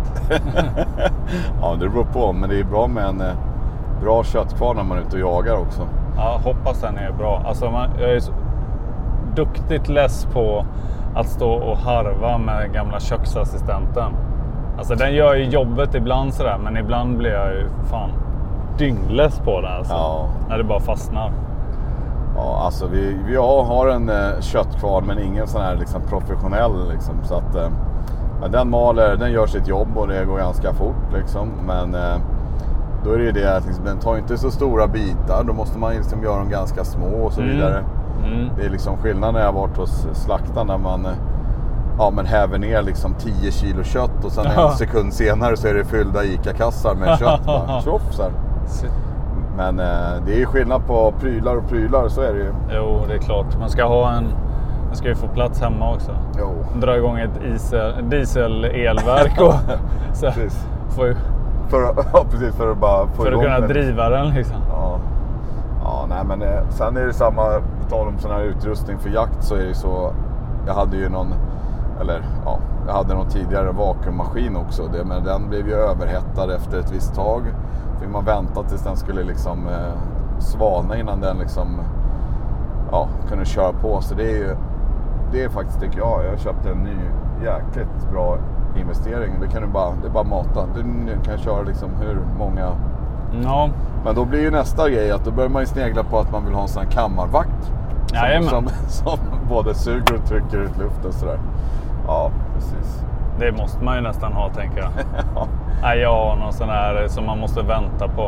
Ja, det beror på. Men det är bra med en eh, bra köttkvarn när man är ute och jagar också. Ja, hoppas den är bra. Alltså man, jag är så duktigt less på att stå och harva med gamla köksassistenten. Alltså den gör ju jobbet ibland sådär. Men ibland blir jag ju fan dyngless på det alltså. Ja. När det bara fastnar. Ja, alltså vi, vi har en eh, köttkvarn men ingen sån här liksom, professionell liksom. Så att eh, den maler, den gör sitt jobb och det går ganska fort liksom. Men eh, då är det ju det att liksom, den tar inte så stora bitar. Då måste man liksom göra dem ganska små och så Mm. vidare. Mm. Det är liksom skillnad när jag har varit hos slaktaren när man eh, ja, men häver ner liksom tio kilo kött och sen en sekund senare så är det fyllda Ica-kassar med kött. Bara, tjoff, så här. Men eh, det är ju skillnad på prylar och prylar, så är det ju. Jo, det är klart. Man ska ha en... Man ska ju få plats hemma också. Jo. Dra igång ett isel, diesel-elverk och så Precis. får ju, För, ja, precis, för att bara få för att igång kunna den. driva den liksom. Ja. Ja, nej men eh, sen är det samma, på tal om sån här utrustning för jakt så är det så. Jag hade ju någon, eller ja, jag hade någon tidigare vakuummaskin också. Det, men den blev ju överhettad efter ett visst tag. Fick man vänta tills den skulle liksom eh, svalna innan den liksom ja, kunde köra på. Så det är ju, det är faktiskt, tycker jag, jag köpte en ny jäkligt bra investering. Det kan du bara, det är bara mata. Du kan köra liksom hur många. Ja, Men då blir ju nästa grej att då börjar man ju snegla på att man vill ha en sån här kammarvakt. Jajamän. Som, som, som både suger och trycker ut luften sådär. Ja, precis. det måste man ju nästan ha, tänker jag. Ja. Nej, jag har någon sån här som man måste vänta på.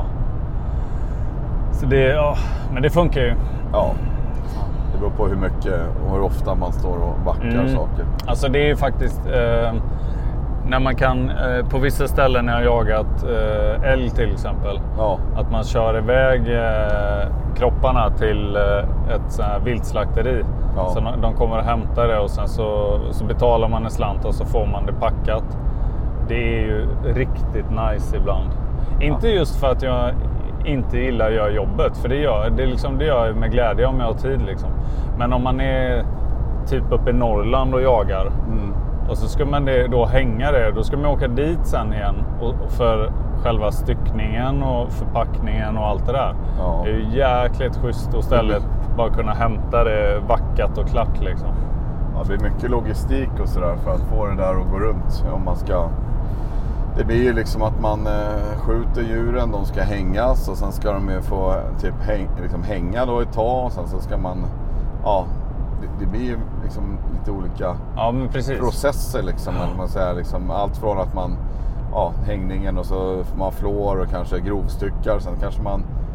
Så det, ja, men det funkar ju. Ja. Det beror på hur mycket och hur ofta man står och vackar Mm. saker. Alltså det är ju faktiskt eh, när man kan eh, på vissa ställen när jag har jagat eh, älg till exempel, Ja. att man kör iväg eh, kropparna till eh, ett sånt här viltslakteri. Ja. Så de, de kommer och hämtar det och sen så, så betalar man en slant och så får man det packat. Det är ju riktigt nice ibland. Inte just för att jag inte gillar att göra jobbet, för det gör, det liksom, det gör jag med glädje om jag har tid liksom. Men om man är typ uppe i Norrland och jagar Mm. och så ska man det, då hänga det, då ska man åka dit sen igen och, för själva styckningen och förpackningen och allt det där. Ja. Det är ju jäkligt schysst att istället bara kunna hämta det vackat och klart liksom. Ja, det blir mycket logistik och sådär för att få det där att gå runt. Om man ska... Det blir ju liksom att man eh, skjuter djuren, de ska hängas och sen ska de ju få typ häng, liksom hänga då ett tag och sen så ska man, ja, det, det blir ju liksom lite olika Ja, men precis. processer liksom, eller man säger liksom, allt från att man, ja, hängningen och så får man flår och kanske grovstyckar, sen kanske man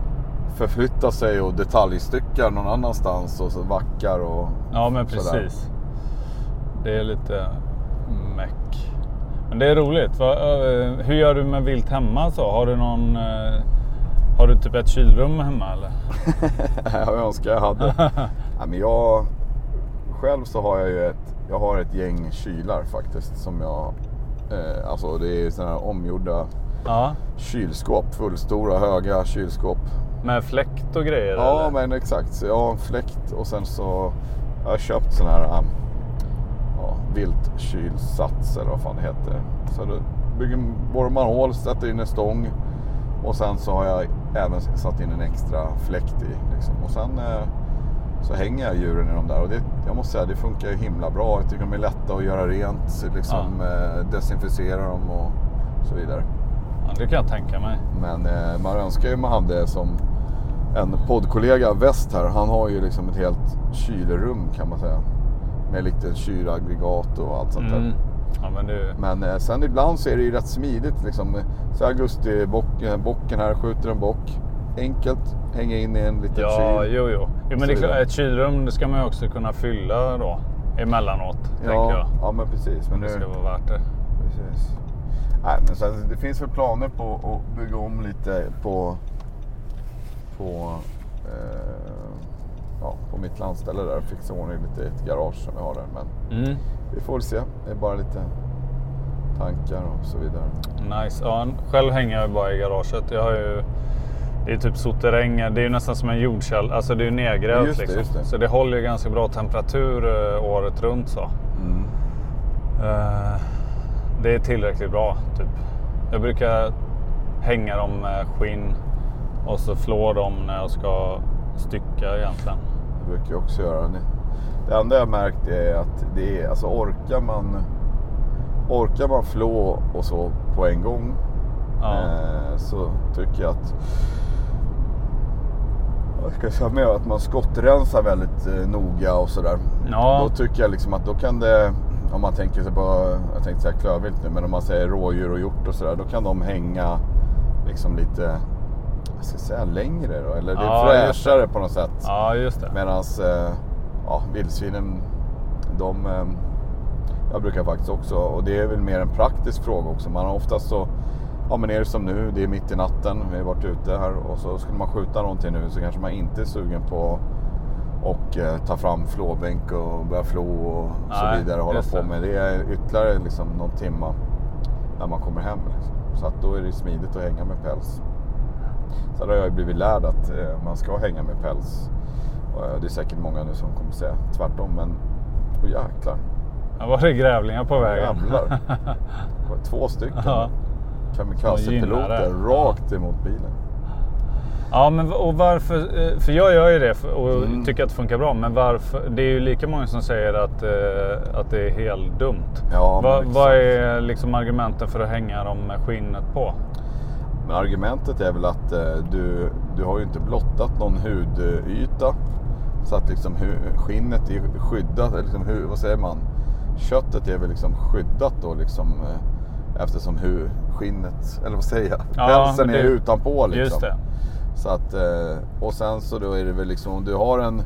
förflytta sig och detaljstyckar någon annanstans och så vackar och Ja, men sådär. precis. Det är lite meck. Men det är roligt. Va, uh, hur gör du med vilt hemma så? Har du någon... Uh, har du typ ett kylrum hemma eller? Jag önskar jag hade. Ja, men jag... Själv så har jag ju ett... Jag har ett gäng kylar faktiskt som jag... Eh, alltså det är sådana här omgjorda Ja. kylskåp. Fullstora, höga kylskåp. Med fläkt och grejer? Ja, eller? men exakt. Så jag har en fläkt och sen så jag har jag köpt sån här um, ja, viltkylsats eller vad fan det heter. Så då bygger borrar man hål, sätter in en stång och sen så har jag även satt in en extra fläkt i. Liksom. Och sen eh, så hänger jag djuren i dem där och det, jag måste säga det funkar ju himla bra. Jag tycker de är lätta att göra rent, liksom, Ja. eh, desinficera dem och så vidare. Ja, det kan jag tänka mig. Men eh, man önskar ju man hade som en poddkollega, Väst här, han har ju liksom ett helt kylrum kan man säga. Med lite kylaggregat och allt sånt där. Mm. Ja, men det... Men eh, sen ibland så är det ju rätt smidigt liksom. Så augusti bock, eh, bocken här, skjuter en bock. Enkelt, hänga in i en liten Ja, kyl. jo, jo. jo men det är klart, ett kylrum det ska man ju också kunna fylla då. Emellanåt, tänker Ja, jag. ja men precis. Men Det nu, ska vara värt det. precis. Nej, men så det finns väl planer på att bygga om lite på på eh, ja, på mitt landställe där, fixa ordning lite i ett garage som jag har där, men Mm. vi får se. Det är bara lite tankar och så vidare. Nice. Ja, själv hänger jag bara i garaget. Jag har ju... Det är typ soterräng. Det är ju nästan som en jordkäll. Alltså det är ju nedgrävt Just det, liksom. just det. Så det håller ju ganska bra temperatur uh, året runt så. Mm. Uh, det är tillräckligt bra typ. Jag brukar hänga dem med skinn och så flår dem när jag ska stycka egentligen. Det brukar jag också göra. Det enda jag märkt är att det är, alltså orkar man orkar man flå och så på en gång, Ja. eh, så tycker jag att jag ska säga mer att man skottrensar väldigt eh, noga och sådär. Ja. Då tycker jag liksom att då kan det, om man tänker sig på, jag tänkte säga klövvilt nu, men om man säger rådjur och hjort och sådär, då kan de hänga liksom lite, jag ska säga längre då, eller det är Ja, just fräschare på något sätt. Ja, just det. Medans eh, ja, vildsvinen, de, eh, jag brukar faktiskt också, och det är väl mer en praktisk fråga också. Man har oftast så, ja men är det som nu, det är mitt i natten, vi har varit ute här och så skulle man skjuta någonting nu så kanske man inte är sugen på och eh, ta fram flåbänk och börja flå och Nej, så vidare, hålla just på det. med. Det är ytterligare liksom någon timma när man kommer hem liksom. Så att då är det smidigt att hänga med päls. Så där har jag blivit lärd att eh, man ska hänga med päls. Och, eh, det är säkert många nu som kommer säga tvärtom, men oh, jäklar. Ja, var det grävlingar på vägen? Jävlar. Det var två stycken. Ja. Kamikaze-piloter Gynnare. rakt emot bilen. Ja, men och varför? För jag gör ju det och Mm. tycker att det funkar bra. Men varför? Det är ju lika många som säger att, eh, att det är helt dumt. Ja, Va, men vad exakt. är liksom argumenten för att hänga dem med skinnet på? Men argumentet är väl att eh, du, du har ju inte blottat någon hudyta. Så att liksom hu- skinnet är skyddat, eller liksom, hu- vad säger man? Köttet är väl liksom skyddat då liksom, eh, eftersom hu- skinnet, eller vad säger jag? Ja, Pälsen det- är utanpå liksom. Just det. Så att, eh, och sen så då är det väl liksom, om du har en,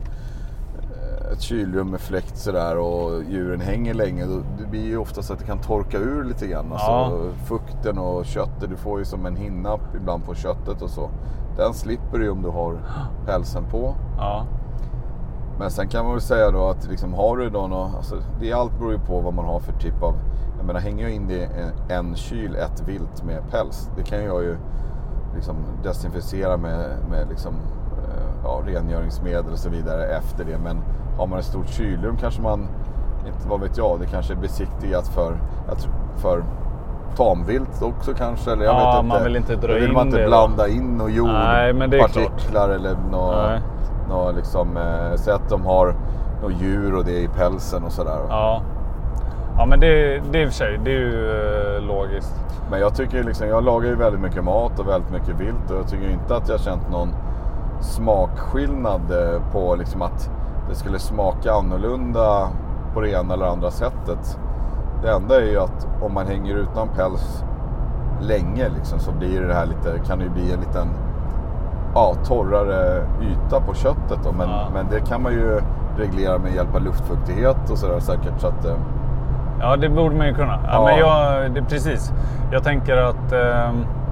eh, ett kylrum med fläkt sådär och djuren hänger länge, då det blir ju ofta så att det kan torka ur lite grann. Alltså, Ja. fukten och köttet, du får ju som en hinna ibland på köttet och så. Den slipper du om du har pälsen på. Ja. Men sen kan man väl säga då att liksom, har du då något, alltså, det är allt beror ju på vad man har för typ av, jag menar hänger jag in det en, en kyl, ett vilt med päls, det kan jag ju liksom desinficera med, med liksom, eh, ja, rengöringsmedel och så vidare efter det. Men har man ett stort kylrum kanske man, inte vad vet jag, det kanske är besiktigat för, för tamvilt också kanske. Eller jag Ja, vet inte. man vill inte dra Då vill in man inte det då. blanda in och Nej, men det är jordpartiklar eller något, Nej. något liksom, eh, så att de har något djur och det i pälsen och sådär. Ja. Ja, men det, det är i och för sig, det är ju eh, logiskt. Men jag tycker liksom, jag lagar ju väldigt mycket mat och väldigt mycket vilt och jag tycker inte att jag känt någon smakskillnad eh, på liksom att det skulle smaka annorlunda på det ena eller andra sättet. Det enda är ju att om man hänger utan päls länge liksom, så blir det här lite, kan det ju bli en liten ja, torrare yta på köttet då. Men, Ja. men det kan man ju reglera med hjälp av luftfuktighet och sådär säkert. Så att, eh, Ja, det borde man ju kunna. Ja, Ja. Men jag, det, precis. Jag tänker att eh,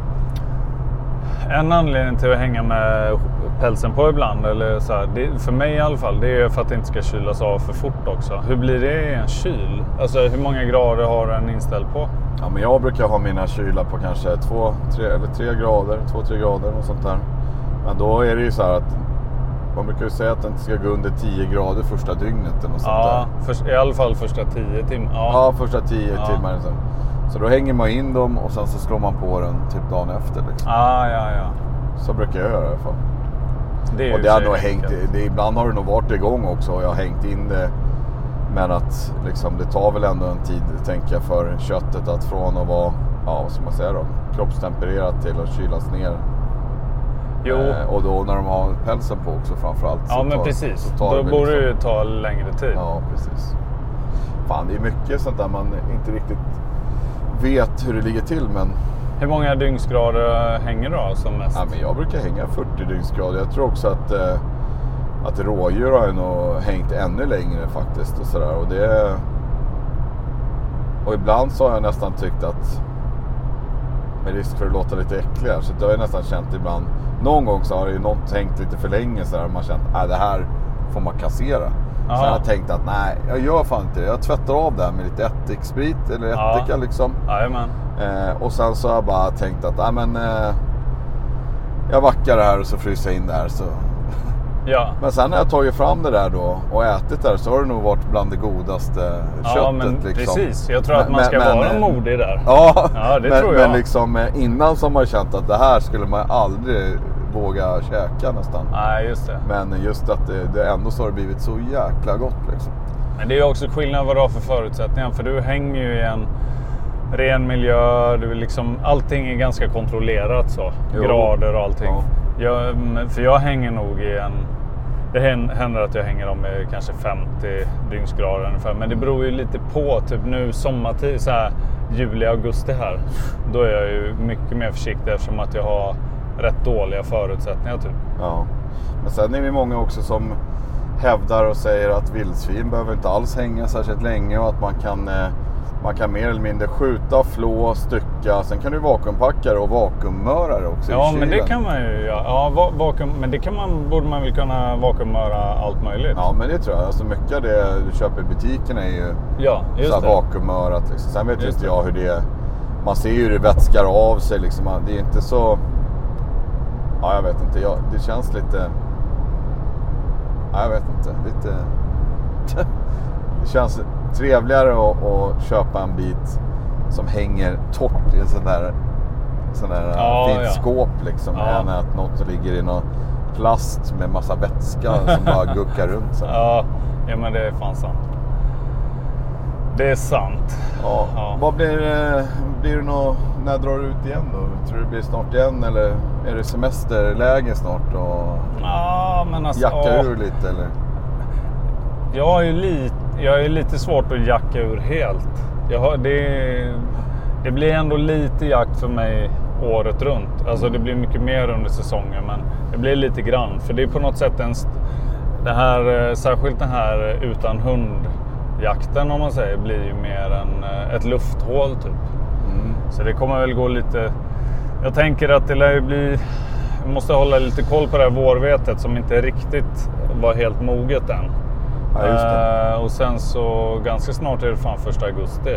en anledning till att hänga med pälsen på ibland, eller så här, det, för mig i alla fall, det är för att det inte ska kylas av för fort också. Hur blir det i en kyl? Alltså hur många grader har den inställd på? ja, men jag brukar ha mina kylar på kanske två, tre, eller tre grader, två, tre grader och sånt där. Men då är det ju så här att man brukar ju säga att den inte ska gå under tio grader första dygnet eller något sånt Ja, där. för, i alla fall första tio timmar. Ja. Ja, första tio Ja. timmar. Så. så då hänger man in dem och sen så slår man på den typ dagen efter. Liksom. Ah, ja, ja. Så brukar jag göra i alla fall. Det är ju Och det har i nog sig hängt, enkelt. det, ibland har det nog varit igång också och jag har hängt in det. Men att liksom, det tar väl ändå en tid, tänker jag, för köttet att från att vara, ja vad ska man säga då, kroppstempererat till att kylas ner. Jo. Eh, och då när de har pälsen på också framförallt. Ja, så men tar, precis. så tar Då det väl borde det ju liksom, ta längre tid. ja, precis. Fan, det är mycket sånt där man inte riktigt vet hur det ligger till, men Hur många dygnsgrader hänger du då som mest? ja, men jag brukar hänga fyrtio dygnsgrader. Jag tror också att, eh, att rådjur har ju nog hängt ännu längre faktiskt. Och, sådär. Och, det, och ibland så har jag nästan tyckt att, med risk för att låta lite äckligare, så då har jag nästan känt ibland, någon gång så har det ju något hängt lite för länge så där, man har känt att det här får man kassera. Ja. Så jag har tänkt att nej, jag gör fan inte det. Jag tvättar av det här med lite ättiksprit eller Ja. ättika liksom. Jajamän. Eh, och sen så har jag bara tänkt att nej, men, eh, jag vackar det här och så fryser jag in det här. Så. Ja. Men sen när jag tagit fram det där då och ätit det, så har det nog varit bland det godaste köttet. Ja, men liksom. precis. Jag tror att Men- man ska men- vara men- modig där. Ja, Ja, det men, tror jag. men liksom eh, innan så har man känt att det här skulle man aldrig våga käka nästan. Nej, just det. Men just att det, det ändå så har det blivit så jäkla gott liksom. Men det är ju också skillnad vad du har för förutsättningar. För du hänger ju i en ren miljö. Du är liksom, allting är ganska kontrollerat så. Jo. Grader och allting. Ja. Jag, men- för jag hänger nog i en... Det hän- händer att jag hänger om i kanske femtio dygnsgrader ungefär. Men det beror ju lite på. Typ nu sommartid, så här juli, augusti här. Då är jag ju mycket mer försiktig eftersom att jag har rätt dåliga förutsättningar typ. Ja. Men sen är det många också som hävdar och säger att vildsvin behöver inte alls hänga särskilt länge och att man kan, eh, man kan mer eller mindre skjuta, flå, stycka. Sen kan du vakuumpacka det och vakuummöra det också Ja, i men det kylen. kan man ju göra. Ja, va- vakuum, men det kan man, borde man väl kunna vakuummöra allt möjligt. Ja, men det tror jag. Alltså mycket av det du köper i butiken är ju Ja, just så här det. vakuummörat. Liksom. Sen vet ju Just inte det. jag hur det... Man ser ju hur det vätskar av sig. Liksom. Det är inte så... Ja, jag vet inte. Jag, det känns lite... Ja, jag vet inte. Lite... Det känns trevligare att, att köpa en bit som hänger torrt i en sån där, sån där Ja, fint ja. skåp liksom. Ja. Än att något ligger i någon plast med massa vätska som bara guckar runt. Så. Ja, ja, men det är fan sant. Det är sant. Ja. Ja. Vad blir det, blir det nå, när drar du ut igen då? Tror du det blir snart igen eller är det semesterläge snart och Ja, men alltså... jacka ja. ur lite eller? Jag har ju lite, jag har ju lite svårt att jacka ur helt. Jag har, det, det blir ändå lite jakt för mig året runt. Alltså det blir mycket mer under säsongen, men det blir lite grann. För det är på något sätt en... st- Det här, särskilt den här utan hundjakten om man säger, blir ju mer en, ett lufthål typ. Mm. Så det kommer väl gå lite... Jag tänker att det lär ju bli... Vi måste hålla lite koll på det här vårvetet som inte riktigt var helt moget än. Ja, just det. Eh, och sen så ganska snart är det fan första augusti.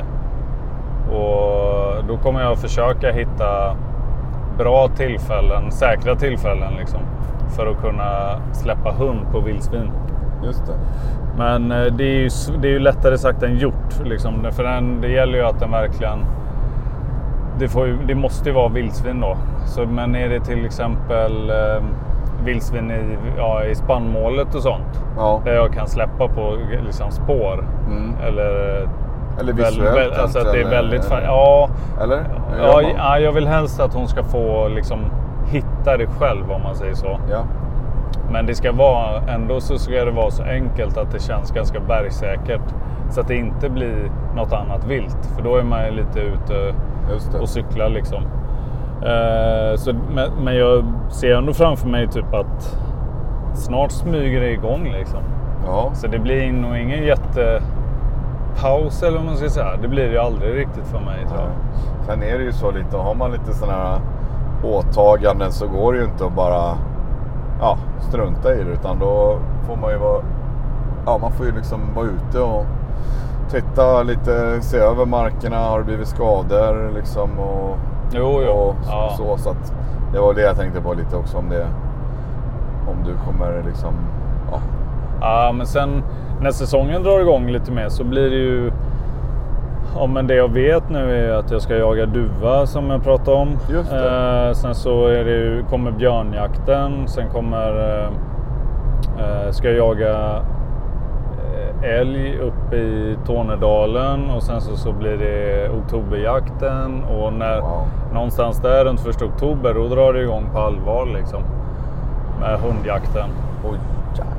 Och då kommer jag försöka hitta bra tillfällen, säkra tillfällen liksom. För att kunna släppa hund på vildsvin. Just det. Men eh, det är ju, s- det är ju lättare sagt än gjort. Liksom. För den, det gäller ju att den verkligen... Det, får ju, det måste ju vara vildsvin då. Så, men är det till exempel eh, vildsvin i, ja, i spannmålet och sånt. Ja. Där jag kan släppa på liksom, spår. Mm. Eller... Eller väl- visuellt väl- alltså att det är eller- väldigt... Fa- eller- ja, Eller? Hur gör ja, man? ja, jag vill helst att hon ska få liksom, hitta det själv om man säger så. Ja. Men det ska vara, ändå så ska det vara så enkelt att det känns ganska bergsäkert. Så att det inte blir något annat vilt. För då är man ju lite ute Just det. och cyklar liksom. Eh, så, men, men jag ser ändå framför mig typ att snart smyger det igång liksom. Ja. Så det blir nog ingen jättepaus eller vad man ska säga. Det blir det ju aldrig riktigt för mig, tror jag. Sen är det ju så lite, har man lite sådana här åtaganden så går det ju inte att bara ja, strunta i det, utan då får man ju vara, ja, man får ju liksom vara ute och titta lite, se över markerna, har det blivit skador liksom och, jo, jo. och Ja. så, så att det var det jag tänkte på lite också, om det, om du kommer liksom, ja. Ja, men sen när säsongen drar igång lite mer så blir det ju, ja, men det jag vet nu är att jag ska jaga duva som jag pratade om. Just det. Eh, sen så är det ju, kommer björnjakten, sen kommer eh, ska jag jaga eh, älg uppe i Tornedalen och sen så, så blir det oktoberjakten och när Wow. någonstans där runt första oktober då drar det igång på allvar liksom med hundjakten. Oj, jävlar.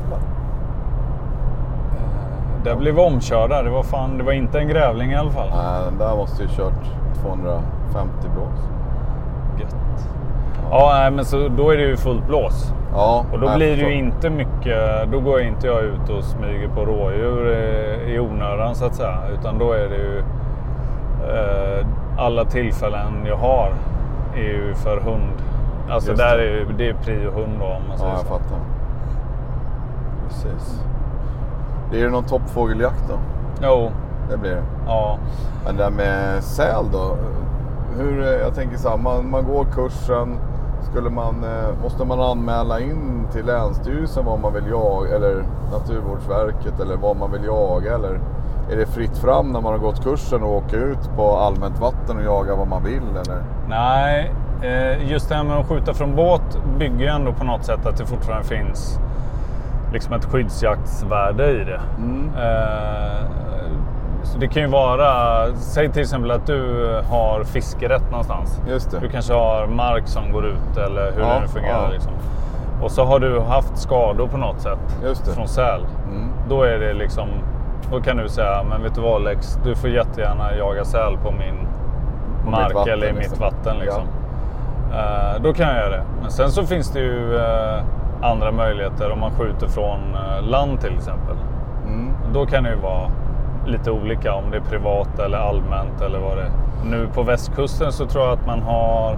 Det blev omkörda, det var fan, det var inte en grävling i alla fall. Nej, den där måste ju kört tvåhundrafemtio blås. Gött. Ja, nej, men så då är det ju fullt blås. Ja, Och då jag blir det förstår. ju inte mycket, då går inte jag ut och smyger på rådjur i, i onödan så att säga. Utan då är det ju eh, alla tillfällen jag har är ju för hund. Alltså Just där det. är ju, det är prio hund då, om man Ja, säger jag så. fattar. Precis. Blir det någon toppfågeljakt då? Jo, Det blir det. ja. Men det där med säl då? Hur, jag tänker så här, man, man går kursen. Skulle man, eh, måste man anmäla in till Länsstyrelsen vad man vill jaga, eller Naturvårdsverket, eller vad man vill jaga, eller är det fritt fram när man har gått kursen och åker ut på allmänt vatten och jaga vad man vill, eller? Nej, eh, just det här med att skjuta från båt bygger ju ändå på något sätt att det fortfarande finns liksom ett skyddsjaktsvärde i det. Mm. Eh, så det kan ju vara, säg till exempel att du har fiskerätt någonstans. Just det. Du kanske har mark som går ut eller hur Ja, det nu fungerar ja. liksom. Och så har du haft skador på något sätt Just det. från säl. Mm. Då är det liksom, då kan du säga, men vet du vad Alex, du får jättegärna jaga säl på min På mark mitt vatten, eller i liksom. mitt vatten liksom. Eh, då kan jag göra det. Men sen så finns det ju eh, andra möjligheter om man skjuter från eh, land till exempel. Mm. Då kan det ju vara lite olika om det är privat eller allmänt eller vad det är. Nu på västkusten så tror jag att man har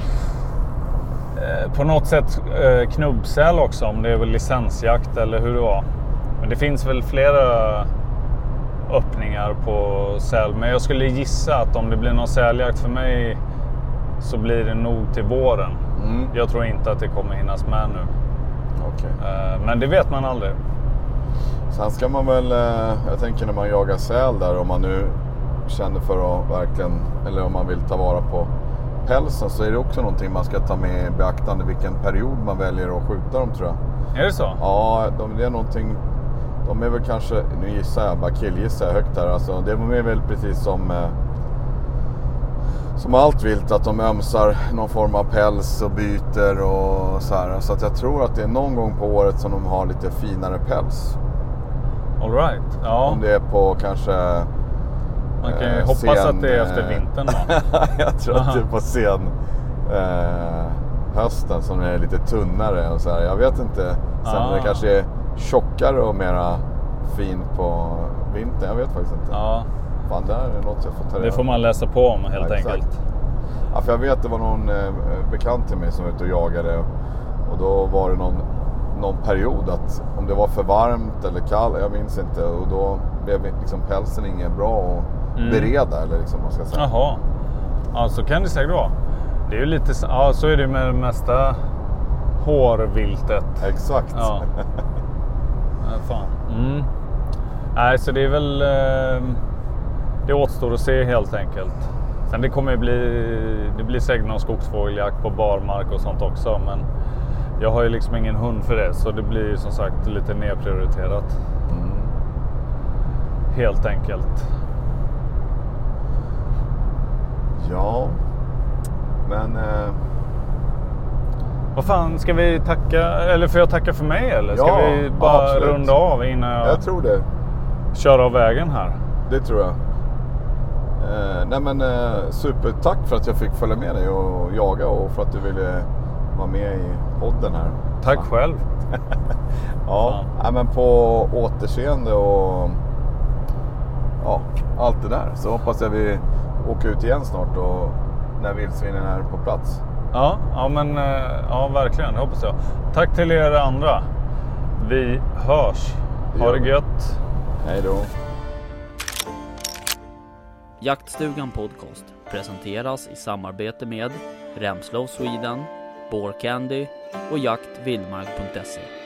eh, på något sätt eh, knubbsäl också, om det är väl licensjakt eller hur det var. Men det finns väl flera öppningar på säl. Men jag skulle gissa att om det blir någon säljakt för mig så blir det nog till våren. Mm. Jag tror inte att det kommer hinnas med nu. Okej. Eh, men det vet man aldrig. Sen ska man väl, eh, jag tänker när man jagar säl där, om man nu känner för att verkligen, eller om man vill ta vara på pälsen, så är det också någonting man ska ta med i beaktande vilken period man väljer att skjuta dem, tror jag. Är det så? Ja, de, det är någonting, de är väl kanske, nu gissar jag, bara killgissar jag högt här, alltså det är väl precis som eh, som allt vilt, att de ömsar någon form av päls och byter och så här. Så att jag tror att det är någon gång på året som de har lite finare päls. All right. Ja. Om det är på kanske... Man kan ju eh, hoppas sen, att det är efter eh, vintern då. jag tror Aha. att det är på sen eh, hösten som är lite tunnare och så här. Jag vet inte. Sen Ah. det kanske är tjockare och mera fin på vintern. Jag vet faktiskt inte. Ja, Fan, där är något jag får ta reda det får man läsa på om helt Ja, exakt. enkelt. Ja, för jag vet, det var någon eh, bekant till mig som var ute och jagade. Och då var det någon, någon period att om det var för varmt eller kallt, jag minns inte. Och då blev liksom pälsen inget bra att Mm. bereda, eller liksom man ska säga. Jaha. Ja, så kan det säkert vara. Det är ju lite, ja, så är det med det mesta hårviltet. Exakt. Ja. Ja, fan. Mm. Nej, så det är väl eh, det återstår att se helt enkelt. Sen det kommer ju bli, det blir säkert någon skogsfågeljakt på barmark och sånt också, men jag har ju liksom ingen hund för det, så det blir som sagt lite nedprioriterat. Mm. Helt enkelt. Ja. Men eh, Vad fan, ska vi tacka, eller får jag tacka för mig eller? Ska Ja, vi bara absolut. runda av innan jag, jag tror det. kör av vägen här? Det tror jag. Eh, nej men eh, supertack för att jag fick följa med dig och jaga och för att du ville vara med i podden här. Tack ja. själv. ja, nej, men på återseende och ja, allt det där. Så hoppas jag vi åker ut igen snart och när vildsvinen är på plats. Ja, ja men ja, verkligen, det hoppas jag. Tack till er andra. Vi hörs. Ha det gött. Hej då. Jaktstugan Podcast presenteras i samarbete med Remslow Sweden, Boar Candy och jakt vildmark punkt se.